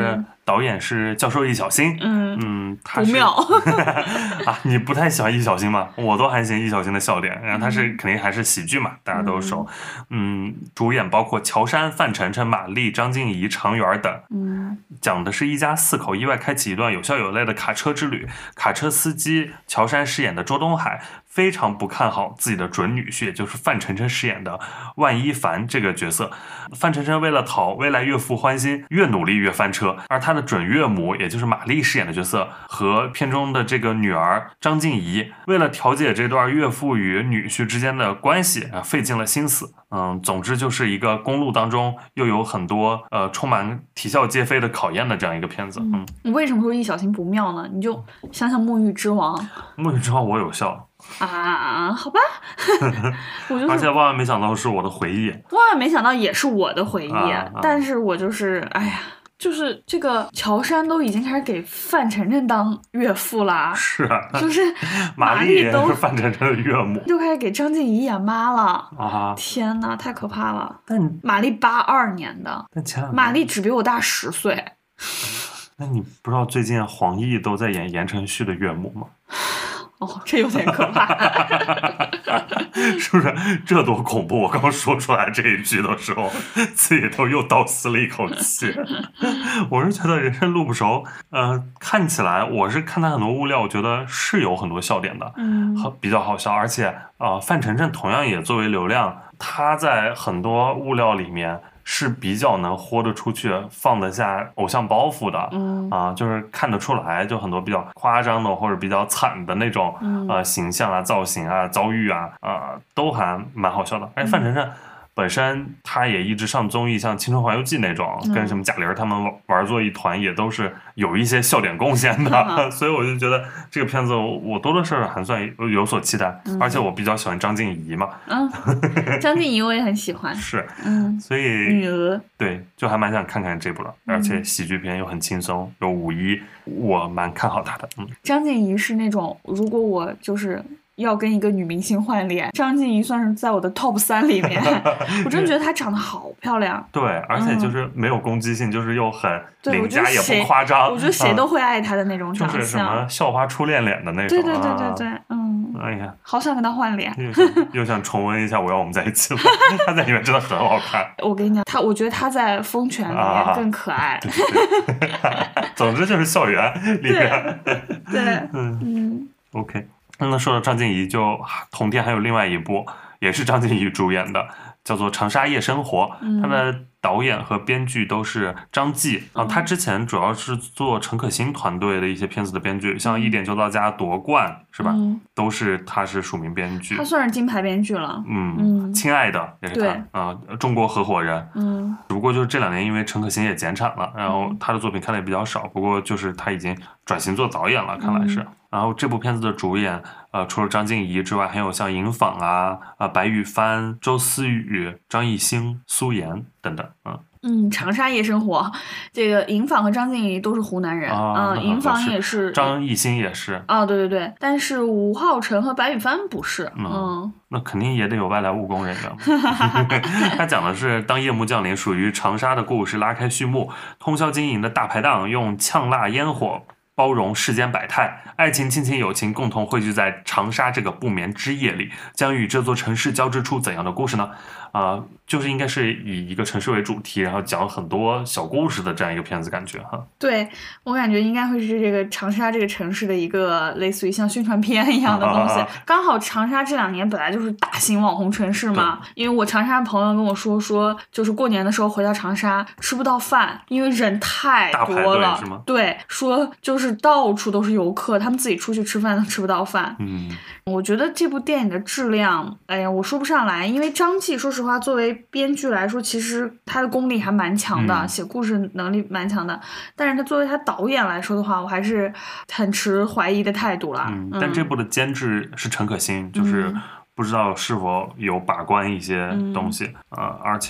导演是教授易小星。 嗯嗯，他是不妙啊，你不太喜欢易小星吗？我都还行易小星的笑点，然后他是、嗯、肯定还是喜剧嘛，大家都熟。嗯，主演包括乔杉、范丞丞、马丽、张婧仪、常远等。 嗯， 讲的是一家四口意外开启一段有笑有泪的卡车之旅。卡车司机乔杉饰演的周东海非常不看好自己的准女婿，也就是范丞丞饰演的万一凡这个角色。范丞丞为了讨未来岳父欢心，越努力越翻车，而他的准岳母也就是马丽饰演的角色和片中的这个女儿张婧仪，为了调解这段岳父与女婿之间的关系啊，费尽了心思。嗯，总之就是一个公路当中又有很多呃充满啼笑皆非的考验的这样一个片子。嗯， 你为什么说易小星不妙呢？你就想想《沐浴之王》。 沐浴之王我有笑啊，好吧，我就是， 而且万万没想到是我的回忆， 万万没想到也是我的回忆， 啊啊、 但是我就是，哎呀。就是这个乔杉都已经开始给范丞丞当岳父啦， 是啊， 就是马丽也是范丞丞的岳母， 就开始给张婧仪演妈了啊！ 天哪，太可怕了！ 但马丽八二年的， 但前两马丽只比我大十岁。 那你不知道最近黄奕都在演言承旭的岳母吗？ 哦，这有点可怕， 是不是？这多恐怖！我刚说出来这一句的时候，自己都又倒吸了一口气。我是觉得人生路不熟，呃，看起来我是看他很多物料，我觉得是有很多笑点的， 嗯， 比较好笑。而且呃，范丞丞同样也作为流量，他在很多物料里面是比较能豁得出去，放得下偶像包袱的， 嗯啊，就是看得出来，就很多比较夸张的或者比较惨的那种， 嗯、 呃，形象啊、造型啊、遭遇啊，啊、呃，都还蛮好笑的。而且范丞丞本身他也一直上综艺，像《青春环游记》那种， 嗯、 跟什么贾玲他们玩玩作一团，也都是有一些笑点贡献的。嗯、所以我就觉得这个片子我多多少少还算有所期待， 嗯、 而且我比较喜欢张婧仪嘛。 嗯，张婧仪我也很喜欢。 是， 嗯， 所以女儿对，就还蛮想看看这部的，而且喜剧片又很轻松，有五一，我蛮看好她的。嗯， 张婧仪是那种，如果我就是要跟一个女明星换脸，张婧仪算是在我的 top 三里面。我真的觉得她长得好漂亮。 对，而且就是没有攻击性，嗯、就是又很邻家也不夸张。 我觉得谁都会爱她的那种长相， 就是什么校花初恋脸的那种。 对对对对对，嗯。 哎呀， 好想跟她换脸， 又想又想重温一下《我要我们在一起》了。她在里面真的很好看。 我跟你讲，她我觉得她在《疯犬》里面更可爱。 啊、对对对总之就是校园里面。 对，对嗯嗯 ，OK。那说到张婧仪，就同天还有另外一部，也是张婧仪主演的，叫做《长沙夜生活》。 嗯、 他的导演和编剧都是张继啊。他之前主要是做陈可辛团队的一些片子的编剧，像《一点就到家》、夺冠是吧？ 嗯、 都是他是署名编剧。 他算是金牌编剧了。 嗯， 嗯亲爱的也是他啊，中国合伙人。 嗯， 只不过就是这两年因为陈可辛也减产了，然后他的作品看的也比较少。不过就是他已经转型做导演了，看来是。 嗯然后这部片子的主演，呃，除了张婧仪之外，还有像尹昉啊、啊白宇帆、周思雨、张艺兴、苏妍等等，嗯。 嗯，长沙夜生活，这个尹昉和张婧仪都是湖南人， 啊、 嗯，尹昉也是， 张艺兴也是， 哦，对对对，但是吴昊辰和白宇帆不是，嗯， 嗯那肯定也得有外来务工人员。他讲的是当夜幕降临，属于长沙的故事拉开序幕，通宵经营的大排档用呛辣烟火包容世间百态，爱情、亲情、友情共同汇聚在长沙这个不眠之夜里，将与这座城市交织出怎样的故事呢？啊、呃，就是应该是以一个城市为主题，然后讲很多小故事的这样一个片子，感觉哈。 对，我感觉应该会是这个长沙这个城市的一个类似于像宣传片一样的东西。啊、刚好长沙这两年本来就是大型网红城市嘛，因为我长沙的朋友跟我说说，就是过年的时候回到长沙吃不到饭，因为人太多了。 是吗？ 对，说就是到处都是游客，他们自己出去吃饭都吃不到饭。 嗯， 我觉得这部电影的质量，哎呀，我说不上来，因为张继说实话作为编剧来说，其实他的功力还蛮强的， 嗯、 写故事能力蛮强的，但是他作为他导演来说的话，我还是很持怀疑的态度啦。 嗯，但这部的监制是陈可辛，嗯、就是不知道是否有把关一些东西啊、 嗯呃，而且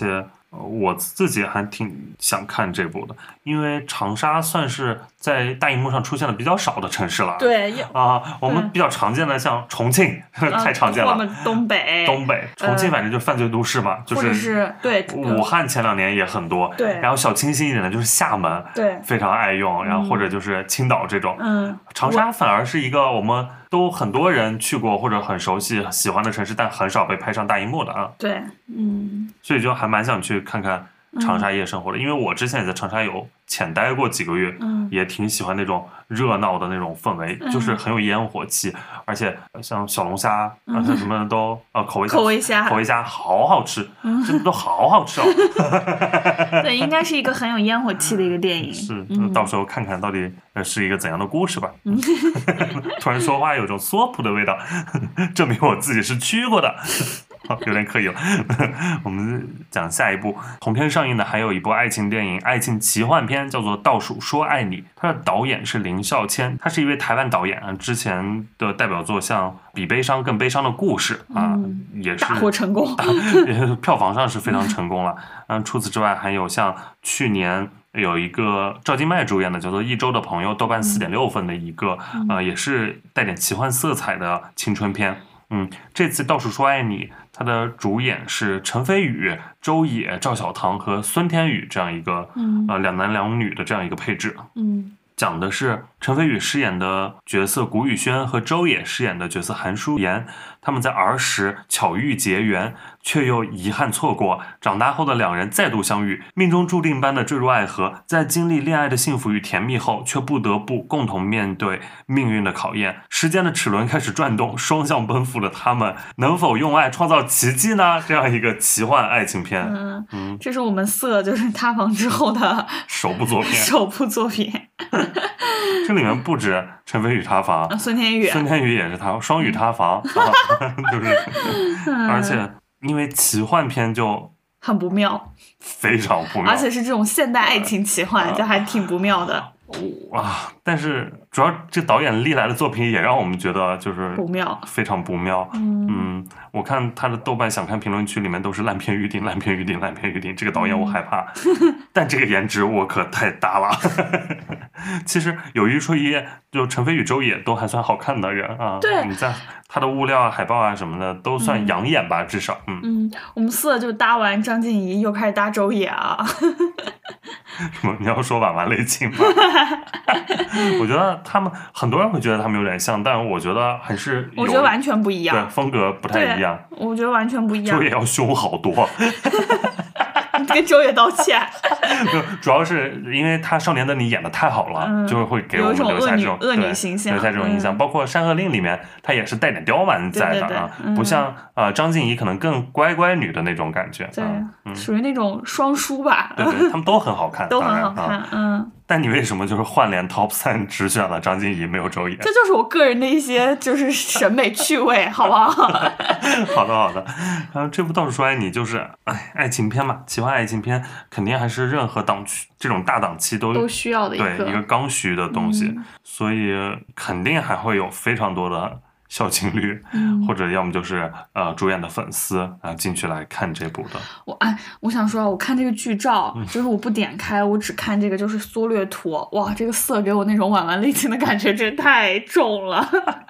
我自己还挺想看这部的，因为长沙算是在大荧幕上出现的比较少的城市了。 对啊，我们比较常见的像重庆，太常见了。 我们东北， 东北、重庆，反正就是犯罪都市嘛， 呃、 就是是对。 武汉前两年也很多， 对。 然后小清新一点的就是厦门， 对， 非常爱用，然后或者就是青岛这种。 嗯， 长沙反而是一个我们都很多人去过或者很熟悉、喜欢的城市，但很少被拍上大荧幕的啊。 对，嗯， 所以就还蛮想去看看长沙夜生活的，嗯、因为我之前也在长沙有浅待过几个月， 嗯， 也挺喜欢那种热闹的那种氛围， 嗯、 就是很有烟火气，而且像小龙虾， 嗯、 而且什么都呃口味口味虾， 口味虾好好吃，嗯、真的都好好吃哦。 对，应该是一个很有烟火气的一个电影。 是， 嗯、 到时候看看到底是一个怎样的故事吧。 嗯、 突然说话有种索普的味道，证明我自己是去过的。有点刻意了。我们讲下一部同天上映的还有一部爱情电影，爱情奇幻片，叫做《倒数说爱你》。它的导演是林孝谦，他是一位台湾导演啊，之前的代表作像《比悲伤更悲伤的故事》啊， 嗯、 也是大获成功， 票房上是非常成功了。嗯，除此之外还有像去年有一个赵今麦主演的叫做《一周的朋友》，豆瓣四点六分的一个、嗯、呃，也是带点奇幻色彩的青春片。嗯，这次《倒数说爱你》，它的主演是陈飞宇、周也、赵小棠和孙天宇这样一个、 嗯、 呃两男两女的这样一个配置。 嗯， 讲的是陈飞宇饰演的角色谷宇轩和周也饰演的角色韩淑妍，他们在儿时巧遇结缘，却又遗憾错过。长大后的两人再度相遇，命中注定般的坠入爱河，在经历恋爱的幸福与甜蜜后，却不得不共同面对命运的考验。时间的齿轮开始转动，双向奔赴的他们能否用爱创造奇迹呢？这样一个奇幻爱情片。 嗯嗯，这是我们色就是塌房之后的首部作品。 首部作品。 这里面不止陈飞宇塌房， 啊、孙天宇， 孙天宇也是塌，双语塌房，嗯啊、就是，而且因为奇幻片就很不妙， 非常不妙， 而且是这种现代爱情奇幻，啊、就还挺不妙的。 哇！但是主要这导演历来的作品也让我们觉得就是不妙， 非常不妙。 嗯, 嗯，我看他的豆瓣想看评论区里面都是烂片预定，烂片预定，烂片预定。这个导演我害怕，嗯、但这个颜值我可太大了。其实有一说一，就陈飞宇、周也都还算好看的人啊。 对， 你在他的物料啊、海报啊什么的都算养眼吧，嗯、至少。嗯嗯，我们四就搭完张婧仪，又开始搭周也啊。 什么？你要说婉婉泪倾吗？我觉得他们很多人会觉得他们有点像，但我觉得还是我觉得完全不一样， 对，风格不太一样。 我觉得完全不一样。 周也要凶好多。 跟周也道歉。 主要是因为他《少年的你》演的太好了， 嗯、 就会给我们留下这种恶女形象， 留下这种印象。嗯、包括《山河令》里面，他也是带点刁蛮在的啊， 对对对嗯、 不像呃张婧仪可能更乖乖女的那种感觉。 对， 嗯、 属于那种双输吧。 对对，他们都很好看， 都很好看。 啊、 嗯。 但你为什么就是换脸 top 三只选了张婧仪没有周也？ 这就是我个人的一些就是审美趣味，好不好？ 好的好的，然后这部《倒数说爱你》就是哎爱情片嘛，奇幻爱情片肯定还是任何档区这种大档期都都需要的一个对一个刚需的东西， 嗯、 所以肯定还会有非常多的小情侣， 嗯、 或者要么就是呃主演的粉丝啊进去来看这部的。 我哎，我想说，我看这个剧照，嗯、就是我不点开，我只看这个就是缩略图，哇，这个色给我那种婉婉泪倾的感觉，真太重了！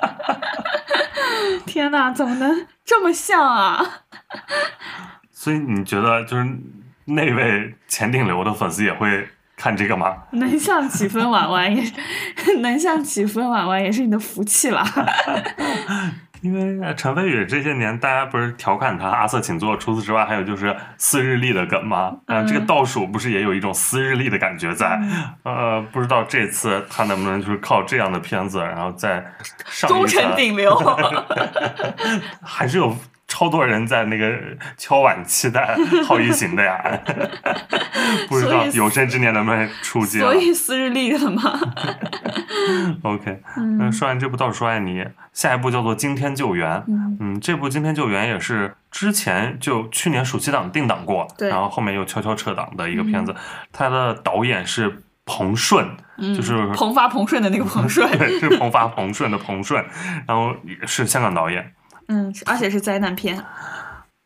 天哪，怎么能这么像啊？ 所以你觉得就是那位钱顶流的粉丝也会看这个吗？ 能像几分婉婉也是，能像几分婉婉也是你的福气了。 因为陈飞宇这些年大家不是调侃他阿瑟请坐，除此之外还有就是撕日历的梗吗？嗯，这个倒数不是也有一种撕日历的感觉在？嗯、呃，不知道这次他能不能就是靠这样的片子，然后再上一终成顶流， 还是有。超多人在那个敲碗期待好一行的呀，不知道有生之年能不能出街。 所以撕日历了吗 ？OK， 嗯，说完这部《倒数说爱你》，下一部叫做《惊天救援》。嗯, 嗯，这部《惊天救援》也是之前就去年暑期档定档过，然后后面又悄悄撤档的一个片子。嗯、它的导演是彭顺， 嗯、 就是彭发彭顺的那个彭顺， 对，是彭发彭顺的彭顺，然后是香港导演。 嗯，而且是灾难片。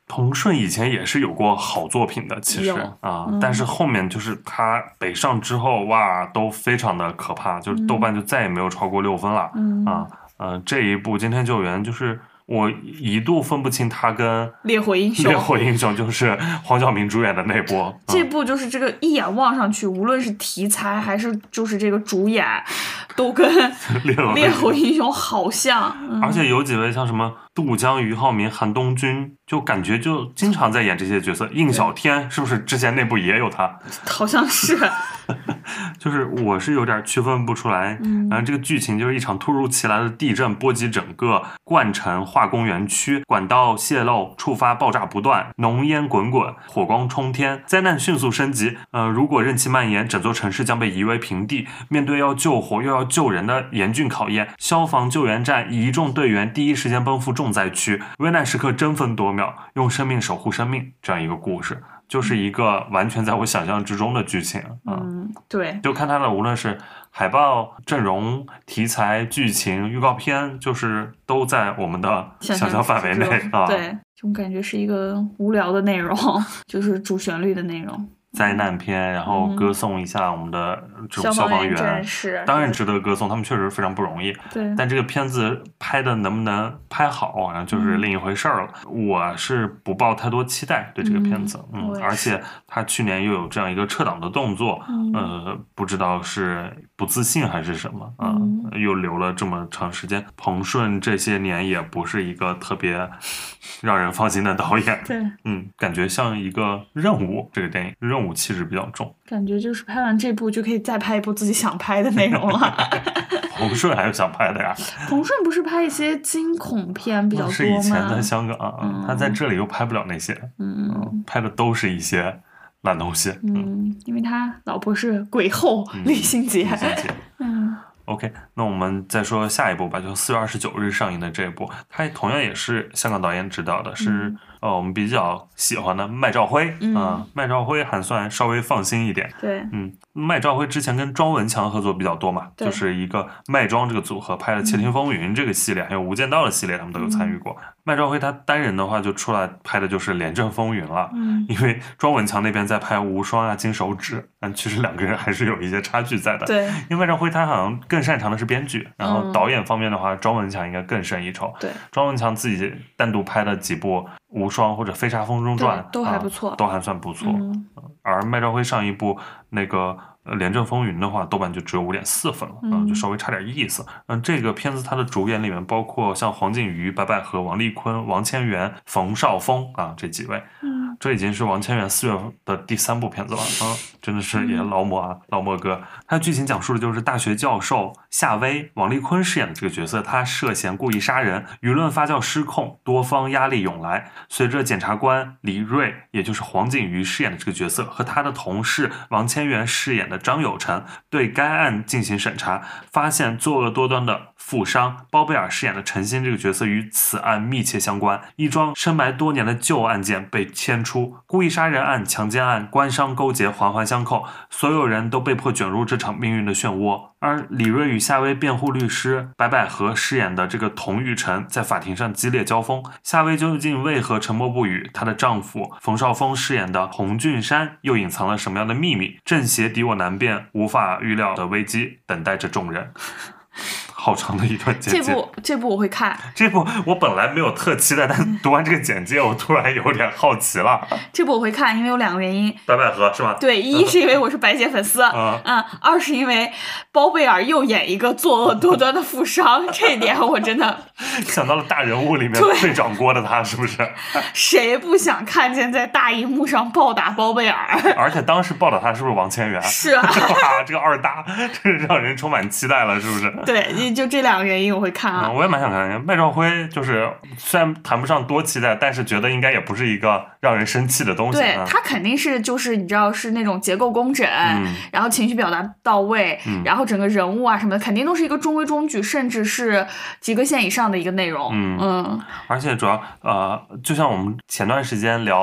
彭顺以前也是有过好作品的，其实啊、嗯，但是后面就是他北上之后，哇，都非常的可怕，就是豆瓣就再也没有超过六分了、嗯、啊。呃，这一部《惊天救援》就是我一度分不清他跟《 烈火英雄》， 烈火英雄就是黄晓明主演的那部。嗯、 这部就是这个一眼望上去，无论是题材还是就是这个主演，都跟《烈火英雄》好像。嗯、 而且有几位像什么杜江、俞灏明、韩东君，就感觉就经常在演这些角色。应小天是不是之前那部也有他？ 好像是。 就是我是有点区分不出来，嗯，然后这个剧情就是一场突如其来的地震波及整个冠城化工园区，管道泄漏触发爆炸不断，浓烟滚滚，火光冲天，灾难迅速升级。呃，如果任其蔓延，整座城市将被夷为平地。面对要救火又要救人的严峻考验，消防救援站一众队员第一时间奔赴重灾区，危难时刻争分夺秒，用生命守护生命，这样一个故事。就是一个完全在我想象之中的剧情啊、 嗯，对， 就看它的无论是海报、阵容、题材、剧情、预告片，就是都在我们的想象范围内啊。 对，就感觉是一个无聊的内容，就是主旋律的内容。 灾难片，然后歌颂一下我们的这种消防员， 战士当然值得歌颂，他们确实非常不容易。 对， 但这个片子拍的能不能拍好，然后就是另一回事了。嗯、我是不抱太多期待对这个片子，嗯，嗯而且他去年又有这样一个撤档的动作，嗯、呃，不知道是不自信还是什么啊、嗯呃，又留了这么长时间。彭顺这些年也不是一个特别让人放心的导演， 对， 嗯，感觉像一个任务，这个电影任务。气质比较重， 感觉就是拍完这部就可以再拍一部自己想拍的内容了。 彭顺还有想拍的呀？ 彭顺不是拍一些惊恐片比较多吗？ 是以前在香港、啊嗯，他在这里又拍不了那些，嗯，嗯拍的都是一些烂东西。 嗯，嗯因为他老婆是鬼后李心洁。 李心洁， 嗯。 OK， 那我们再说下一部吧，就四月二十九日上映的这一部，它同样也是香港导演执导的，是、嗯、呃我们比较喜欢的麦兆辉啊、 嗯呃，麦兆辉还算稍微放心一点。 对， 嗯，麦兆辉之前跟庄文强合作比较多嘛，就是一个麦庄这个组合拍了《窃听风云》这个系列，嗯、还有《无间道》的系列，他们都有参与过。嗯、麦兆辉他单人的话就出来拍的就是《廉政风云》了， 嗯， 因为庄文强那边在拍《无双》啊、《金手指》，但其实两个人还是有一些差距在的。 对， 因为麦兆辉他好像更擅长的是编剧。然后导演方面的话，嗯、庄文强应该更胜一筹。 对， 庄文强自己单独拍的几部《无双》或者《飞沙风中传》 都还不错、 啊，都还算不错。 嗯、 而麦兆辉上一部那个《廉政风云》的话，豆瓣就只有五点四分了，嗯，就稍微差点意思。嗯，这个片子它的主演里面包括像黄靖瑜、白百合、王丽坤、王千源、冯绍峰啊这几位。 嗯。 这已经是王千源四月的第三部片子了啊，真的是也劳模啊，嗯、劳模哥。他的剧情讲述的就是大学教授夏薇，王丽坤饰演的这个角色，他涉嫌故意杀人，舆论发酵失控，多方压力涌来。随着检察官李瑞，也就是黄景瑜饰演的这个角色和他的同事王千源饰演的张有成对该案进行审查，发现作恶多端的富商包贝尔饰演的陈鑫这个角色与此案密切相关，一桩深埋多年的旧案件被牵出，故意杀人案、强奸案、官商勾结环环相扣，所有人都被迫卷入这场命运的漩涡。而李瑞与夏薇辩护律师白百合饰演的这个童玉成在法庭上激烈交锋，夏薇究竟为何沉默不语？她的丈夫冯绍峰饰演的洪俊山又隐藏了什么样的秘密？正邪敌我难辨，无法预料的危机等待着众人。好长的一段简介。 这部这部我会看。 这部我本来没有特期待，但读完这个简介，我突然有点好奇了。 这部我会看，因为有两个原因。 白百合是吗？ 对，一是因为我是白姐粉丝，嗯嗯，二是因为包贝尔又演一个作恶多端的富商，这一点我真的想到了大人物里面最长锅的他，是不是？ 谁不想看见在大荧幕上暴打包贝尔？ 而且当时暴打他是不是王千源？ 是啊， 哇，这个二搭真是让人充满期待了，是不是？ 对，就这两个原因我会看啊。 嗯、我也蛮想看的。麦兆辉就是虽然谈不上多期待，但是觉得应该也不是一个让人生气的东西。 对、 嗯、 他肯定是就是你知道是那种结构工整、嗯，然后情绪表达到位、嗯，然后整个人物啊什么的，肯定都是一个中规中矩，甚至是及格线以上的一个内容。 嗯嗯， 而且主要呃，就像我们前段时间聊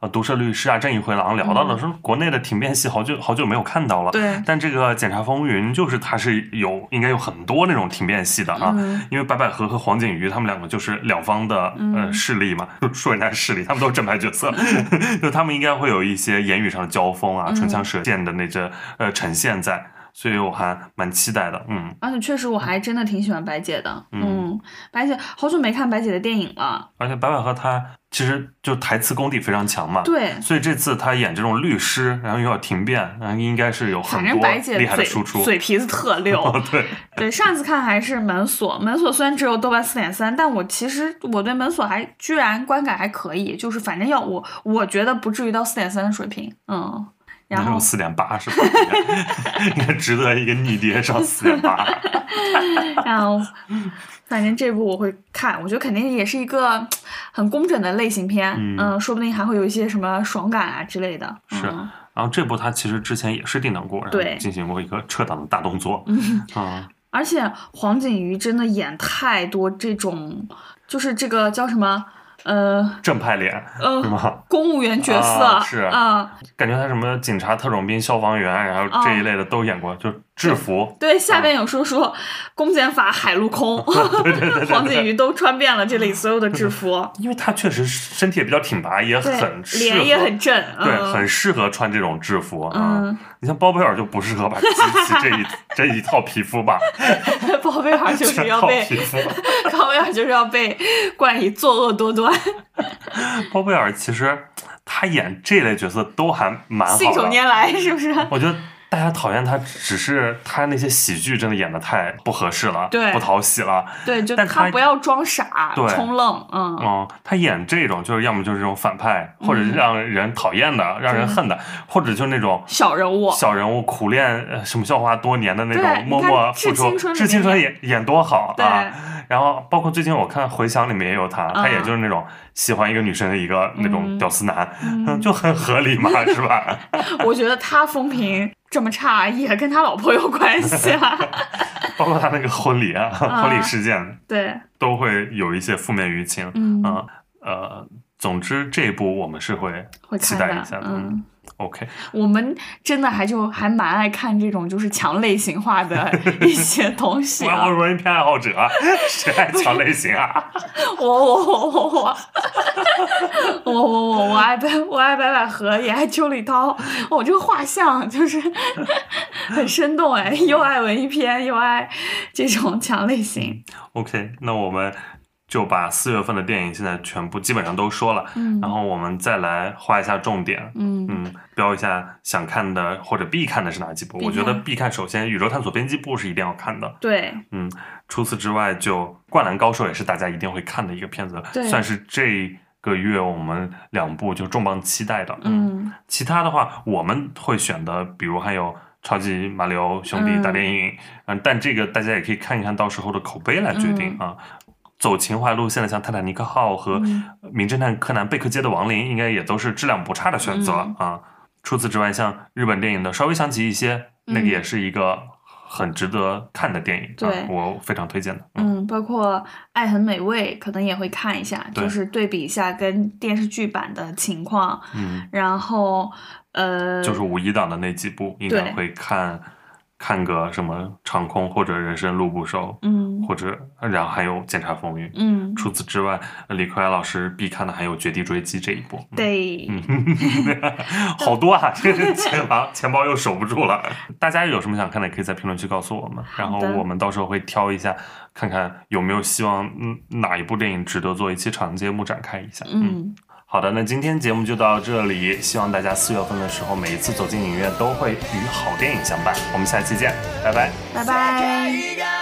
呃毒舌律师啊、正义回廊聊到的，说、嗯、国内的庭辩戏好久好久没有看到了。 对。 但这个《检察风云》就是它是有应该有很多那种庭辩戏的啊， 嗯、 因为白百合和黄景瑜他们两个就是两方的、 嗯、 呃势力嘛，说人家势力，他们都是正派角色，就他们应该会有一些言语上的交锋啊、唇枪舌剑的那这呃呈现在。所以我还蛮期待的，嗯， 而且确实我还真的挺喜欢白姐的，嗯，嗯白姐好久没看白姐的电影了， 而且白百合她其实就台词功底非常强嘛， 对， 所以这次她演这种律师，然后又要庭辩，然后应该是有很多厉害的输出， 嘴皮子特溜， 对对，上次看还是门锁，门锁虽然只有豆瓣四点三，但我其实我对门锁还居然观感还可以，就是反正要我我觉得不至于到四点三的水平，嗯。然后四点八是吧？应该值得一个逆跌上四点八。 然后，反正这部我会看，我觉得肯定也是一个很工整的类型片，嗯，嗯说不定还会有一些什么爽感啊之类的。 是， 嗯、 然后这部它其实之前也是定档过，然后进行过一个撤档的大动作， 嗯。 嗯而且黄景瑜真的演太多这种，就是这个叫什么？呃， 正派脸， 呃， 是吗？ 公务员角色、 啊、是啊、嗯， 感觉他什么警察、特种兵、消防员，然后这一类的都演过，嗯、就制服。 对，下边有说说公检法、海陆空， 对对对， 黄景瑜都穿遍了这里所有的制服。 因为他确实身体也比较挺拔，也很适合， 脸也很正， 对， 嗯、 很适合穿这种制服啊。 嗯， 你像包贝尔就不适合吧，集齐这一这一套皮肤吧。 包贝尔就是要被，包贝尔就是要被冠以作恶多端。 包贝尔其实他演这类角色都还蛮好的， 信手拈来是不是？ 我觉得大家讨厌他只是他那些喜剧真的演的太不合适了， 对， 不讨喜了。 对，就但他不要装傻冲愣，嗯嗯，他演这种就是要么就是这种反派，或者是让人讨厌的、嗯、让人恨的，或者就是那种小人物， 小人物苦练什么校花多年的那种默默付出。致青春演演多好啊！然后包括最近我看《回响》里面也有他， 嗯、 他也就是那种喜欢一个女生的一个那种屌丝男， 嗯嗯、就很合理嘛，是吧？ 我觉得他风评这么差也跟他老婆有关系啊。 包括他那个婚礼啊， 啊婚礼事件， 对， 都会有一些负面舆情， 嗯啊呃，总之这一部我们是会期待一下的， 嗯。 OK， 我们真的还就还蛮爱看这种就是强类型化的一些东西、啊。 我文艺片爱好者，谁爱强类型啊？ 我我我我我我我我我爱白我爱白百合，也爱邱礼涛。我这个画像就是很生动哎，又爱文艺片，又爱这种强类型。 OK， 那我们就把四月份的电影现在全部基本上都说了， 嗯， 然后我们再来画一下重点， 嗯嗯，标一下想看的或者必看的是哪几部。我觉得必看，首先《宇宙探索编辑部》是一定要看的， 对， 嗯，除此之外，就《灌篮高手》也是大家一定会看的一个片子，算是这个月我们两部就重磅期待的， 嗯， 嗯其他的话我们会选的，比如还有超级马里奥兄弟大电影，嗯，嗯但这个大家也可以看一看到时候的口碑来决定、嗯、啊。走情怀路线的像泰坦尼克号和名侦探柯南贝克街的亡灵应该也都是质量不差的选择、 嗯、 啊。除此之外，像日本电影的稍微想起一些、嗯、那个也是一个很值得看的电影， 对、 啊、我非常推荐的。 嗯，嗯包括爱很美味可能也会看一下，就是对比一下跟电视剧版的情况， 嗯， 然后呃就是五一档的那几部应该会看看个什么长空或者人生路不熟， 嗯， 或者然后还有检察风云， 嗯， 除此之外，李逵老师必看的还有绝地追击这一部， 对， 嗯、好多啊，这个钱包钱包又守不住了。大家有什么想看的，可以在评论区告诉我们，然后我们到时候会挑一下，看看有没有希望嗯哪一部电影值得做一期长节目展开一下， 嗯。 嗯好的，那今天节目就到这里，希望大家四月份的时候每一次走进影院都会与好电影相伴。我们下期见，拜拜， 拜拜。